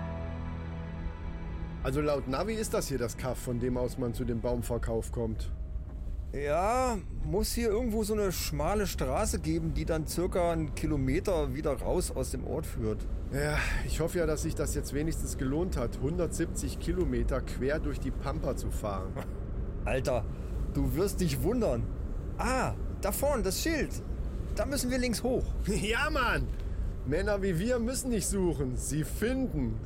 Also laut Navi ist das hier das Kaff, von dem aus man zu dem Baumverkauf kommt. Ja, muss hier irgendwo so eine schmale Straße geben, die dann circa einen Kilometer wieder raus aus dem Ort führt. Ja, ich hoffe ja, dass sich das jetzt wenigstens gelohnt hat, hundertsiebzig Kilometer quer durch die Pampa zu fahren. Alter, du wirst dich wundern. Ah, da vorne, das Schild. Da müssen wir links hoch. Ja, Mann! Männer wie wir müssen nicht suchen, sie finden.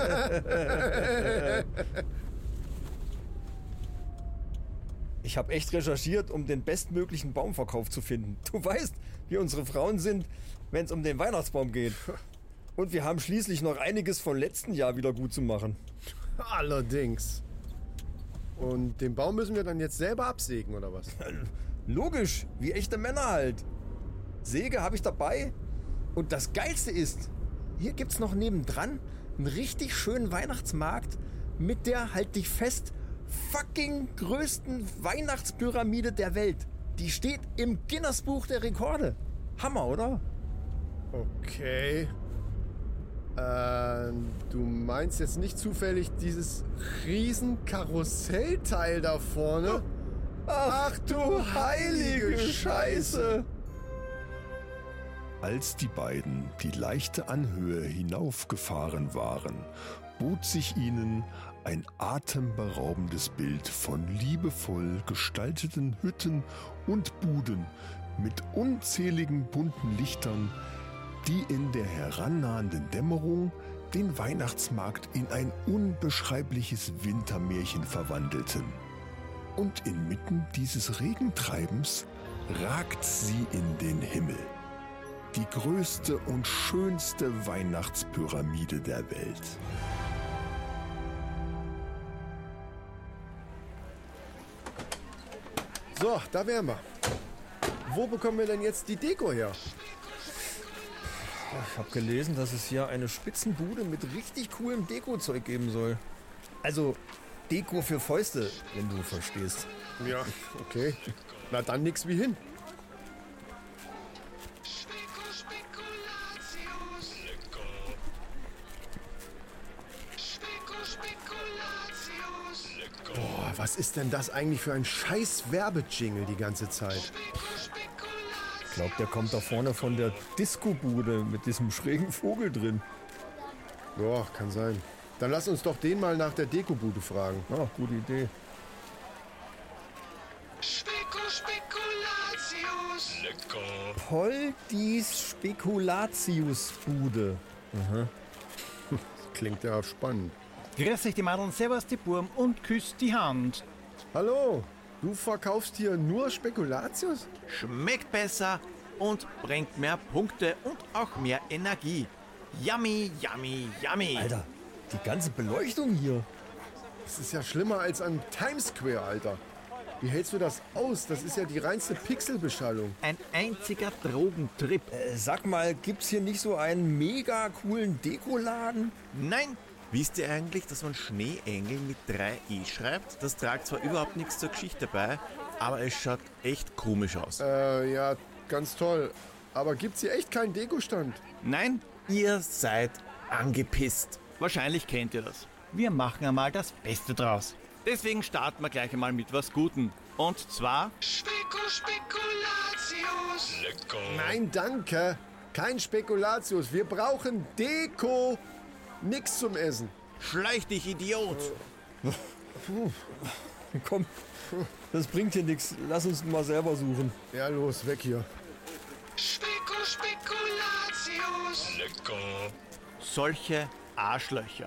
Ich habe echt recherchiert, um den bestmöglichen Baumverkauf zu finden. Du weißt, wie unsere Frauen sind, wenn es um den Weihnachtsbaum geht. Und wir haben schließlich noch einiges vom letzten Jahr wieder gut zu machen. Allerdings. Und den Baum müssen wir dann jetzt selber absägen, oder was? Logisch, wie echte Männer halt. Säge habe ich dabei. Und das Geilste ist, hier gibt's noch nebendran einen richtig schönen Weihnachtsmarkt mit der, halt dich fest, fucking größten Weihnachtspyramide der Welt. Die steht im Guinness-Buch der Rekorde. Hammer, oder? Okay. Äh, du meinst jetzt nicht zufällig dieses riesen Karussellteil da vorne? Ach, Ach du heilige Scheiße! Als die beiden die leichte Anhöhe hinaufgefahren waren, bot sich ihnen ein atemberaubendes Bild von liebevoll gestalteten Hütten und Buden mit unzähligen bunten Lichtern, die in der herannahenden Dämmerung den Weihnachtsmarkt in ein unbeschreibliches Wintermärchen verwandelten. Und inmitten dieses Regentreibens ragt sie in den Himmel. Die größte und schönste Weihnachtspyramide der Welt. So, da wären wir. Wo bekommen wir denn jetzt die Deko her? Ich habe gelesen, dass es hier eine Spitzenbude mit richtig coolem Deko-Zeug geben soll. Also Deko für Fäuste, wenn du verstehst. Ja, okay. Na dann nix wie hin. Boah, was ist denn das eigentlich für ein scheiß Werbejingle die ganze Zeit? Ich glaube, der kommt da vorne von der Disco-Bude mit diesem schrägen Vogel drin. Ja, kann sein. Dann lass uns doch den mal nach der Deko-Bude fragen. Ja, gute Idee. Speko, Spekulatius. Lecker. Poldis Spekulatius-Bude. Aha. Klingt ja spannend. Grüß euch die Madeln, servus die Burm und küsst die Hand. Hallo, du verkaufst hier nur Spekulatius? Schmeckt besser und bringt mehr Punkte und auch mehr Energie. Yummy, yummy, yummy. Alter, die ganze Beleuchtung hier. Das ist ja schlimmer als an Times Square, Alter. Wie hältst du das aus? Das ist ja die reinste Pixelbeschallung. Ein einziger Drogentrip. Äh, sag mal, gibt's hier nicht so einen mega coolen Dekoladen? Nein. Wisst ihr eigentlich, dass man Schneeengel mit drei E schreibt? Das tragt zwar überhaupt nichts zur Geschichte bei, aber es schaut echt komisch aus. Äh, ja, ganz toll. Aber gibt's hier echt keinen Dekostand? Nein, ihr seid angepisst. Wahrscheinlich kennt ihr das. Wir machen einmal das Beste draus. Deswegen starten wir gleich einmal mit was Gutem. Und zwar... Speko, Spekulatius. Lecker. Nein, danke. Kein Spekulatius. Wir brauchen Deko. Nix zum Essen. Schleich dich, Idiot. Komm, das bringt hier nichts. Lass uns mal selber suchen. Ja, los, weg hier. Speko, Spekulatius. Lecker. Solche Arschlöcher.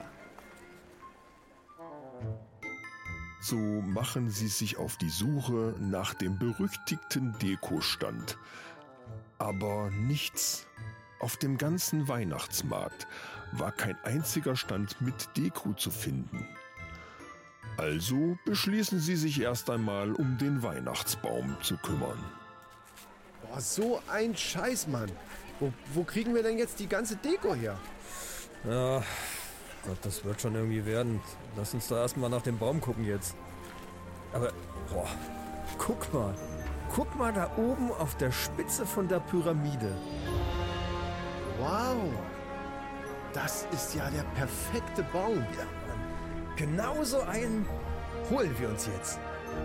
So machen sie sich auf die Suche nach dem berüchtigten Dekostand. Aber nichts. Auf dem ganzen Weihnachtsmarkt war kein einziger Stand mit Deko zu finden. Also beschließen sie sich erst einmal, um den Weihnachtsbaum zu kümmern. Boah, so ein Scheiß, Mann. Wo, wo kriegen wir denn jetzt die ganze Deko her? Ja, Gott, das wird schon irgendwie werden. Lass uns da erstmal nach dem Baum gucken jetzt. Aber, boah, guck mal. Guck mal da oben auf der Spitze von der Pyramide. Wow, das ist ja der perfekte Baum. Ja, Mann. Genau so einen holen wir uns jetzt.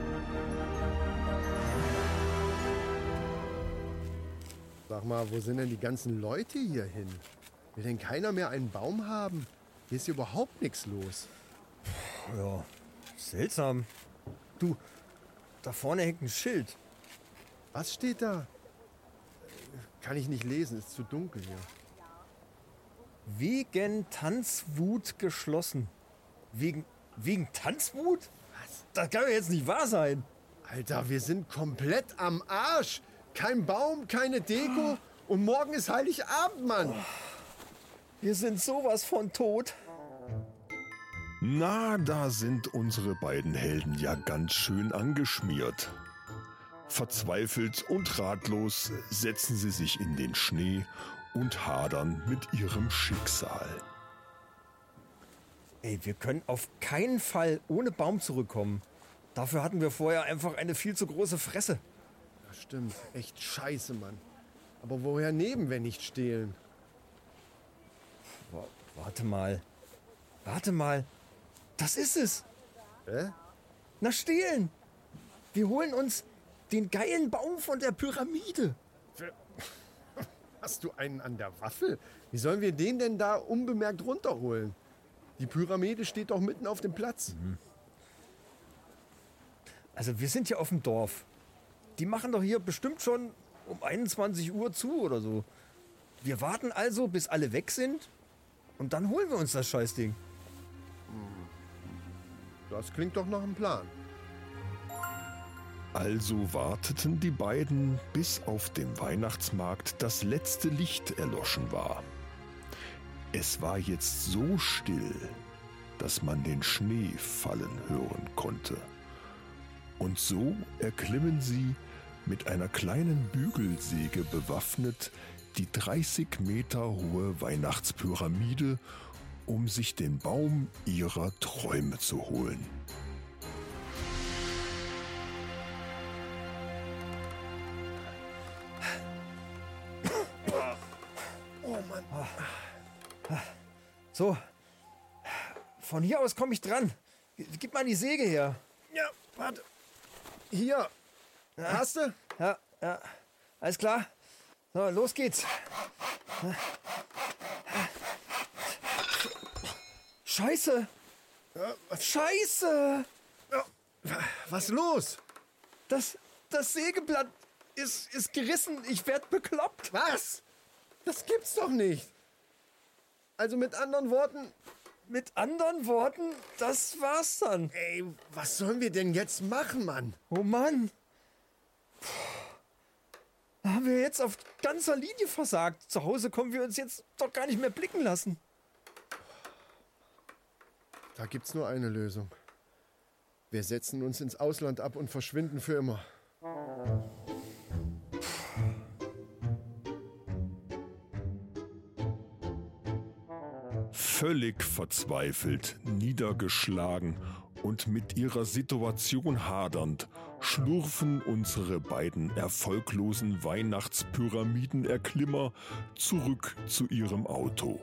Sag mal, wo sind denn die ganzen Leute hier hin? Will denn keiner mehr einen Baum haben? Hier ist hier überhaupt nichts los. Ja, seltsam. Du, da vorne hängt ein Schild. Was steht da? Kann ich nicht lesen, ist zu dunkel hier. Wegen Tanzwut geschlossen. Wegen, wegen Tanzwut? Was? Das kann doch jetzt nicht wahr sein. Alter, wir sind komplett am Arsch. Kein Baum, keine Deko und morgen ist Heiligabend, Mann. Wir sind sowas von tot. Na, da sind unsere beiden Helden ja ganz schön angeschmiert. Verzweifelt und ratlos setzen sie sich in den Schnee und hadern mit ihrem Schicksal. Ey, wir können auf keinen Fall ohne Baum zurückkommen. Dafür hatten wir vorher einfach eine viel zu große Fresse. Das stimmt, echt scheiße, Mann. Aber woher nehmen, wenn nicht stehlen? Warte mal. Warte mal. Das ist es. Hä? Na, stehlen. Wir holen uns den geilen Baum von der Pyramide. Hast du einen an der Waffel? Wie sollen wir den denn da unbemerkt runterholen? Die Pyramide steht doch mitten auf dem Platz. Mhm. Also wir sind ja auf dem Dorf. Die machen doch hier bestimmt schon um einundzwanzig Uhr zu oder so. Wir warten also, bis alle weg sind und dann holen wir uns das Scheißding. Das klingt doch nach einem Plan. Also warteten die beiden, bis auf dem Weihnachtsmarkt das letzte Licht erloschen war. Es war jetzt so still, dass man den Schnee fallen hören konnte. Und so erklimmen sie, mit einer kleinen Bügelsäge bewaffnet, die dreißig Meter hohe Weihnachtspyramide, um sich den Baum ihrer Träume zu holen. Oh Mann. So, von hier aus komme ich dran. Gib mal die Säge her. Ja, warte. Hier. Ja. Hast du? Ja, ja. Alles klar. So, los geht's. Scheiße. Ja, was? Scheiße. Ja, was los? Das, das Sägeblatt ist, ist gerissen. Ich werd bekloppt. Was? Das gibt's doch nicht. Also mit anderen Worten... Mit anderen Worten, das war's dann. Ey, was sollen wir denn jetzt machen, Mann? Oh Mann. Puh. Da haben wir jetzt auf ganzer Linie versagt. Zu Hause können wir uns jetzt doch gar nicht mehr blicken lassen. Da gibt's nur eine Lösung. Wir setzen uns ins Ausland ab und verschwinden für immer. Völlig verzweifelt, niedergeschlagen und mit ihrer Situation hadernd, schlurfen unsere beiden erfolglosen Weihnachtspyramidenerklimmer zurück zu ihrem Auto.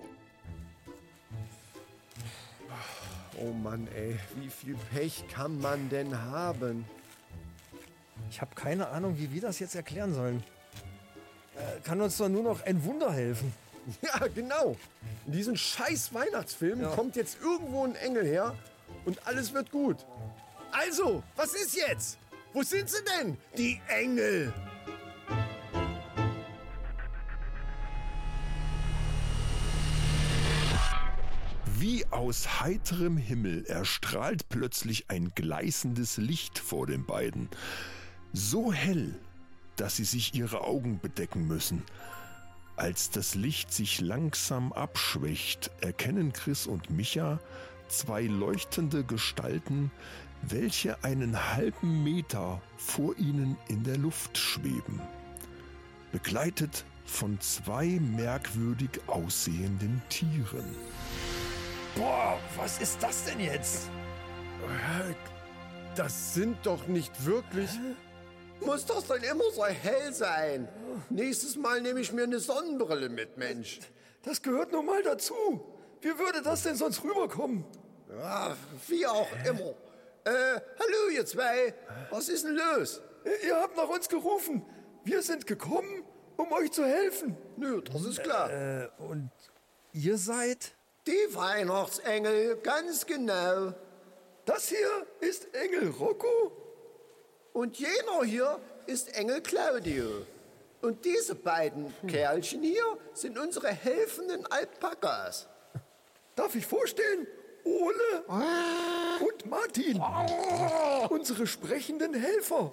Oh Mann, ey, wie viel Pech kann man denn haben? Ich habe keine Ahnung, wie wir das jetzt erklären sollen. Äh, kann uns doch nur noch ein Wunder helfen. Ja, genau. In diesem scheiß Weihnachtsfilm ja. kommt jetzt irgendwo ein Engel her und alles wird gut. Also, was ist jetzt? Wo sind sie denn, die Engel? Wie aus heiterem Himmel erstrahlt plötzlich ein gleißendes Licht vor den beiden. So hell, dass sie sich ihre Augen bedecken müssen. Als das Licht sich langsam abschwächt, erkennen Chris und Micha zwei leuchtende Gestalten, welche einen halben Meter vor ihnen in der Luft schweben. Begleitet von zwei merkwürdig aussehenden Tieren. Boah, was ist das denn jetzt? Das sind doch nicht wirklich... Hä? Muss das denn immer so hell sein? Nächstes Mal nehme ich mir eine Sonnenbrille mit, Mensch. Das gehört nun mal dazu. Wie würde das denn sonst rüberkommen? Ja, wie auch immer. Äh, hallo ihr zwei, was ist denn los? Ihr habt nach uns gerufen. Wir sind gekommen, um euch zu helfen. Nö, das ist klar. Äh, und ihr seid? Die Weihnachtsengel, ganz genau. Das hier ist Engel Rocco. Und jener hier ist Engel Claudio. Und diese beiden Kerlchen hier sind unsere helfenden Alpakas. Darf ich vorstellen? Ole und Martin, unsere sprechenden Helfer.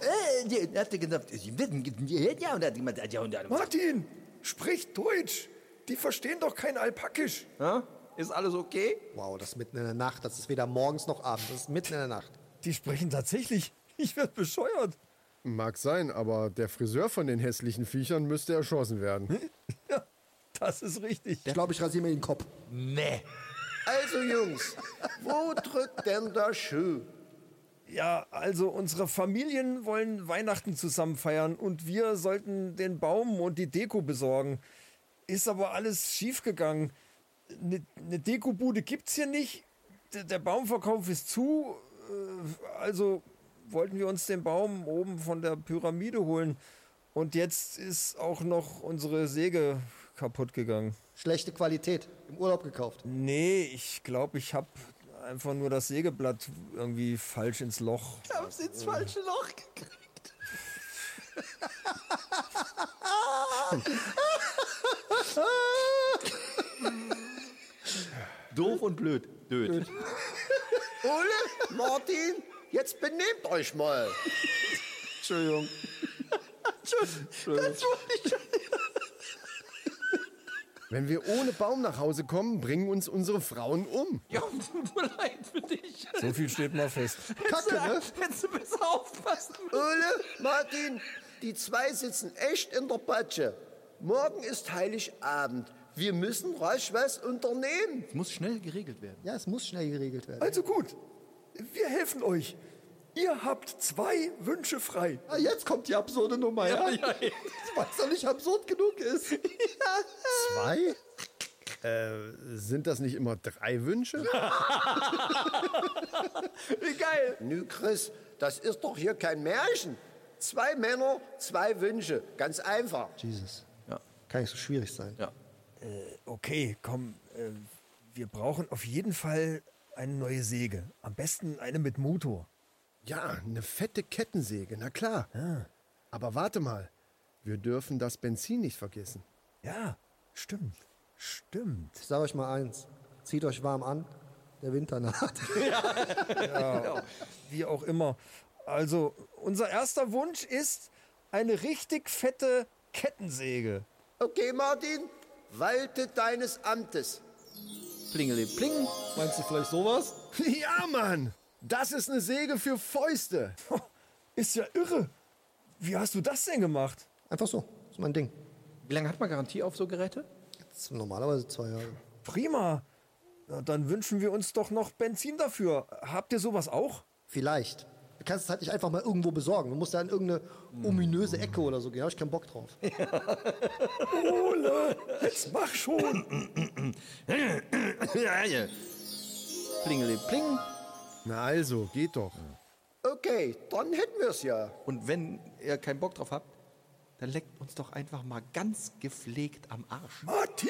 Martin, sprich Deutsch. Die verstehen doch kein Alpakisch. Ja? Ist alles okay? Wow, das ist mitten in der Nacht. Das ist weder morgens noch abends. Das ist mitten in der Nacht. Die sprechen tatsächlich. Ich werd bescheuert. Mag sein, aber der Friseur von den hässlichen Viechern müsste erschossen werden. Ja, das ist richtig. Ich glaube, ich rasiere mir den Kopf. Nee. Also Jungs, wo drückt denn der Schuh? Ja, also unsere Familien wollen Weihnachten zusammen feiern und wir sollten den Baum und die Deko besorgen. Ist aber alles schiefgegangen. Eine ne Dekobude gibt's hier nicht. D- der Baumverkauf ist zu. Äh, also wollten wir uns den Baum oben von der Pyramide holen. Und jetzt ist auch noch unsere Säge kaputt gegangen. Schlechte Qualität. Im Urlaub gekauft. Nee, ich glaube, ich habe einfach nur das Sägeblatt irgendwie falsch ins Loch. Ich hab's ins falsche Loch gekriegt. Doof und blöd. Blöd. Ole, Martin, jetzt benehmt euch mal. Entschuldigung. Entschuldigung. Das wollte ich schon. Wenn wir ohne Baum nach Hause kommen, bringen uns unsere Frauen um. Ja, tut mir leid für dich. So viel steht mal fest. Kacke, ne? Hättest du besser aufpassen müssen. Ole, Martin, die zwei sitzen echt in der Patsche. Morgen ist Heiligabend. Wir müssen rasch was unternehmen. Es muss schnell geregelt werden. Ja, es muss schnell geregelt werden. Also gut, wir helfen euch. Ihr habt zwei Wünsche frei. Ah, jetzt kommt die absurde Nummer, ja? Ja, ja, ja. Ich weiß doch nicht, absurd genug ist. Zwei? Äh, sind das nicht immer drei Wünsche? Wie geil. Nü, Chris, das ist doch hier kein Märchen. Zwei Männer, zwei Wünsche. Ganz einfach. Jesus. Ja. Kann nicht so schwierig sein. Ja. Äh, okay, komm. Äh, wir brauchen auf jeden Fall eine neue Säge. Am besten eine mit Motor. Ja, eine fette Kettensäge, na klar. Ja, Aber warte mal, wir dürfen das Benzin nicht vergessen. ja stimmt. Stimmt. Ich sage euch mal eins. Zieht euch warm an. Der Winter naht. Ja, wie auch immer. Also, unser erster Wunsch ist eine richtig fette Kettensäge. Okay, Martin, walte deines Amtes. Plingeli pling. Meinst du vielleicht sowas? Ja, Mann! Das ist eine Säge für Fäuste. Ist ja irre. Wie hast du das denn gemacht? Einfach so. Das ist mein Ding. Wie lange hat man Garantie auf so Geräte? Jetzt normalerweise zwei Jahre. Prima. Na, dann wünschen wir uns doch noch Benzin dafür. Habt ihr sowas auch? Vielleicht. Du kannst es halt nicht einfach mal irgendwo besorgen. Du musst da in irgendeine ominöse Ecke oder so gehen. Da hab ich keinen Bock drauf. Ole, jetzt mach schon. Plingeli pling. Na also, geht doch. Okay, dann hätten wir es ja. Und wenn ihr keinen Bock drauf habt, dann leckt uns doch einfach mal ganz gepflegt am Arsch. Martin!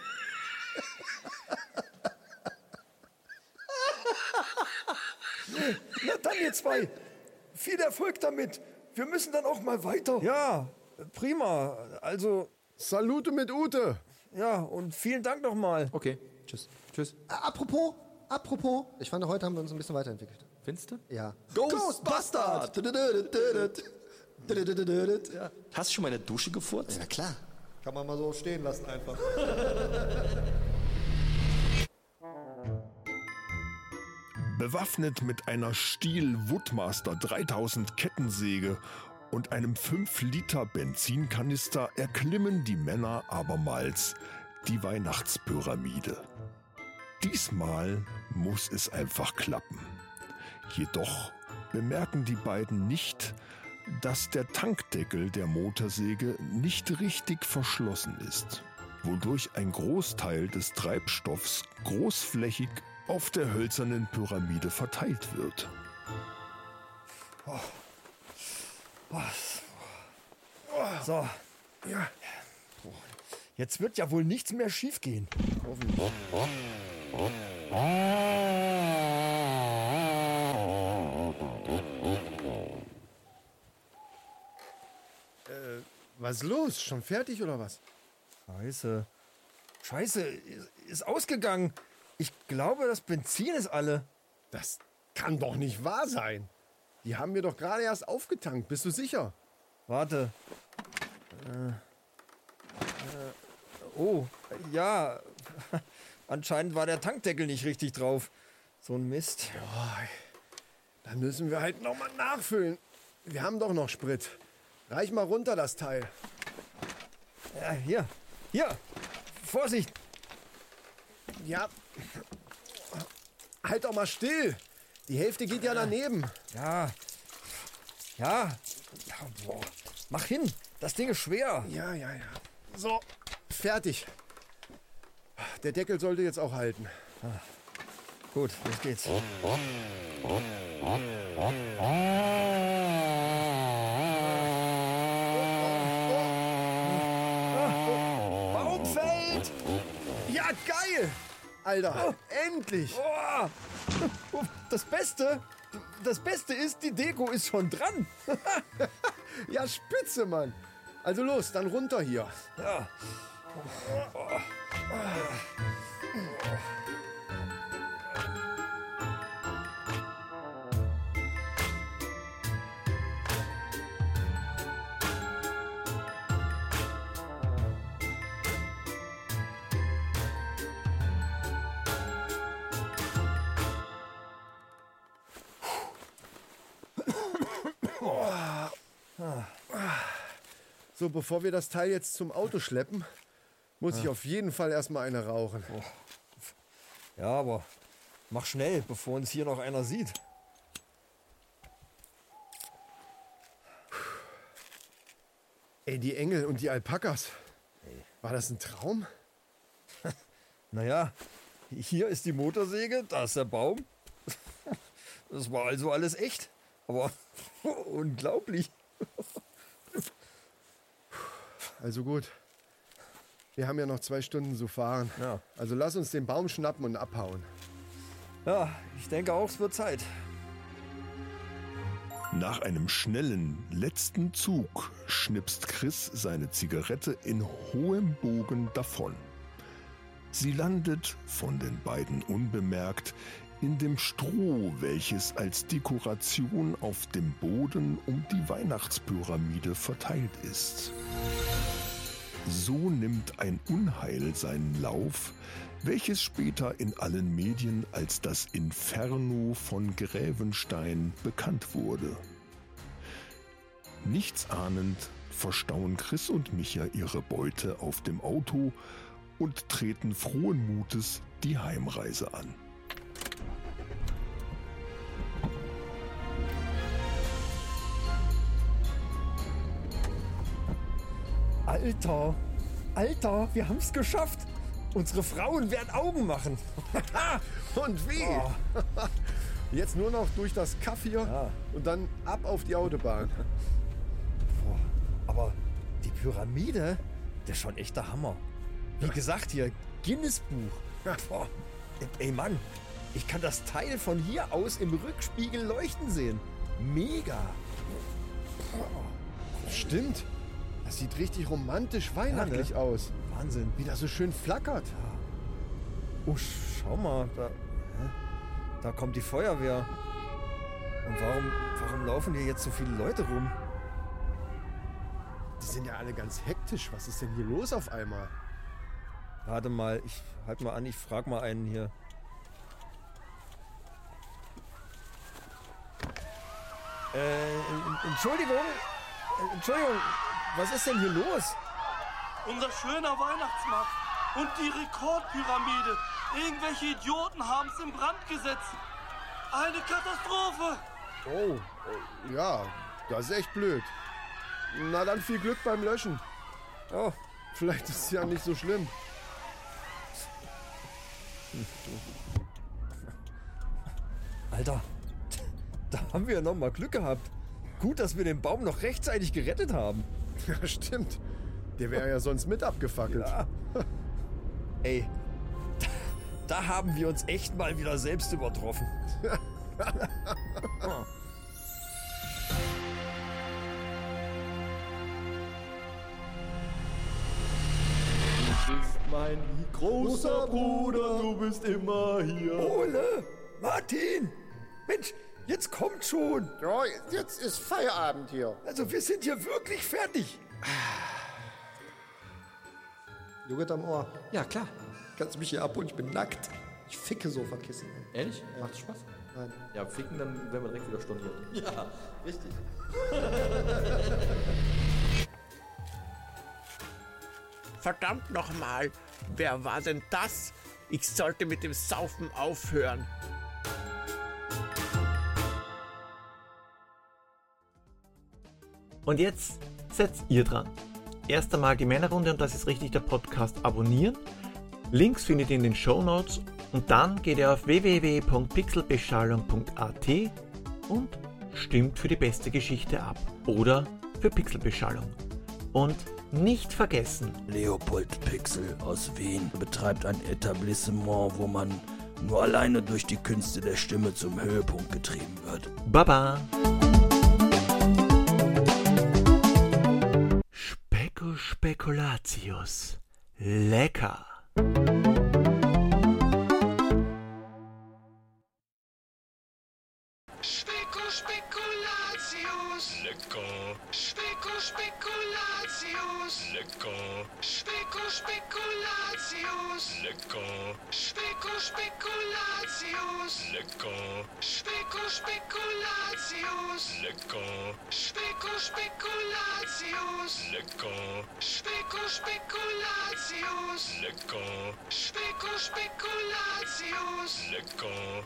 Na dann, ihr zwei. Viel Erfolg damit. Wir müssen dann auch mal weiter. Ja, prima. Also, Salute mit Ute. ja, und vielen Dank nochmal. Okay, tschüss. Tschüss. Äh, apropos, apropos. Ich fand, heute haben wir uns ein bisschen weiterentwickelt. Findest du? Ja. Ghostbustard! Ghostbustard! Ja. Hast du schon mal in der Dusche gefurzt? Ja, klar. Kann man mal so stehen lassen einfach. Bewaffnet mit einer Stihl Woodmaster dreitausend Kettensäge und einem fünf Liter Benzinkanister erklimmen die Männer abermals die Weihnachtspyramide. Diesmal muss es einfach klappen. Jedoch bemerken die beiden nicht, dass der Tankdeckel der Motorsäge nicht richtig verschlossen ist, wodurch ein Großteil des Treibstoffs großflächig auf der hölzernen Pyramide verteilt wird. Oh. Oh. So. Ja. Jetzt wird ja wohl nichts mehr schiefgehen. Hoffentlich. Äh, was ist los? Schon fertig oder was? Scheiße. Scheiße, ist, ist ausgegangen. Ich glaube, das Benzin ist alle. Das kann doch nicht wahr sein. Die haben mir doch gerade erst aufgetankt. Bist du sicher? Warte. Äh, äh, oh, ja. Anscheinend war der Tankdeckel nicht richtig drauf. So ein Mist. Boah, dann müssen wir halt nochmal nachfüllen. Wir haben doch noch Sprit. Reich mal runter das Teil. Ja, hier. Hier. Vorsicht. Ja. Halt doch mal still. Die Hälfte geht ja daneben. Ja. Ja. Ja, boah. Mach hin. Das Ding ist schwer. Ja, ja, ja. So, fertig. Der Deckel sollte jetzt auch halten. Ah. Gut, los geht's. Baum fällt! Ja, geil! Alter, oh. Endlich! Oh. Das Beste, das Beste ist, die Deko ist schon dran. Ja, spitze, Mann. Also los, dann runter hier. Ja. Oh. Oh. So, bevor wir das Teil jetzt zum Auto schleppen, muss ja. ich auf jeden Fall erstmal eine rauchen. Oh. Ja, aber mach schnell, bevor uns hier noch einer sieht. Ey, die Engel und die Alpakas. War das ein Traum? Naja, hier ist die Motorsäge, da ist der Baum. Das war also alles echt. Aber unglaublich. Also gut. Wir haben ja noch zwei Stunden zu fahren. Ja. Also lass uns den Baum schnappen und abhauen. Ja, ich denke auch, es wird Zeit. Nach einem schnellen letzten Zug schnipst Chris seine Zigarette in hohem Bogen davon. Sie landet, von den beiden unbemerkt, in dem Stroh, welches als Dekoration auf dem Boden um die Weihnachtspyramide verteilt ist. So nimmt ein Unheil seinen Lauf, welches später in allen Medien als das Inferno von Grävenstein bekannt wurde. Nichtsahnend verstauen Chris und Micha ihre Beute auf dem Auto und treten frohen Mutes die Heimreise an. Alter, Alter, wir haben's geschafft. Unsere Frauen werden Augen machen. Und wie? Oh. Jetzt nur noch durch das Kaff hier ja. und dann ab auf die Autobahn. Boah, aber die Pyramide, das ist schon echt der Hammer. Wie gesagt hier, Guinness-Buch. Boah, ey Mann, ich kann das Teil von hier aus im Rückspiegel leuchten sehen. Mega. Stimmt. Das sieht richtig romantisch weihnachtlich ja, ne? aus. Wahnsinn. Wie das so schön flackert. Oh, schau mal. Da, da kommt die Feuerwehr. Und warum, warum laufen hier jetzt so viele Leute rum? Die sind ja alle ganz hektisch. Was ist denn hier los auf einmal? Warte mal, ich halt mal an, ich frag mal einen hier. Äh, Entschuldigung. Entschuldigung. Was ist denn hier los? Unser schöner Weihnachtsmarkt und die Rekordpyramide. Irgendwelche Idioten haben es in Brand gesetzt. Eine Katastrophe. Oh, ja, das ist echt blöd. Na dann viel Glück beim Löschen. Oh, vielleicht ist es ja nicht so schlimm. Alter, da haben wir ja noch mal Glück gehabt. Gut, dass wir den Baum noch rechtzeitig gerettet haben. Ja, stimmt. Der wäre ja sonst mit abgefackelt. Ja. Ey, da, da haben wir uns echt mal wieder selbst übertroffen. Du bist mein großer Bruder, du bist immer hier. Ole, Martin, Mensch, jetzt kommt schon. Ja, jetzt ist Feierabend hier. Also wir sind hier wirklich fertig. Joghurt am Ohr. Ja, klar. Kannst du mich hier abholen? Ich bin nackt. Ich ficke Sofakissen. Ehrlich? Ja. Macht Spaß? Nein. Ja, ficken, dann werden wir direkt wieder storniert. Ja, richtig. Verdammt nochmal, wer war denn das? Ich sollte mit dem Saufen aufhören. Und jetzt seid ihr dran. Erst einmal die Männerrunde und das ist richtig der Podcast abonnieren. Links findet ihr in den Shownotes und dann geht ihr auf w w w punkt pixelbeschallung punkt a t und stimmt für die beste Geschichte ab oder für Pixelbeschallung. Und nicht vergessen, Leopold Pixel aus Wien betreibt ein Etablissement, wo man nur alleine durch die Künste der Stimme zum Höhepunkt getrieben wird. Baba! Specco Speculatius. Lecker! Specco Speculatius. Lecker. Specco Speculatius. Lecker. Specco Speculatius. Lecker. Specco Speculatius. Lecker. Specco Speculatius. Lecker. Specco Speculatius. Lecker. Specco Speculatius. Lecker. Specco Speculatius. Lecker.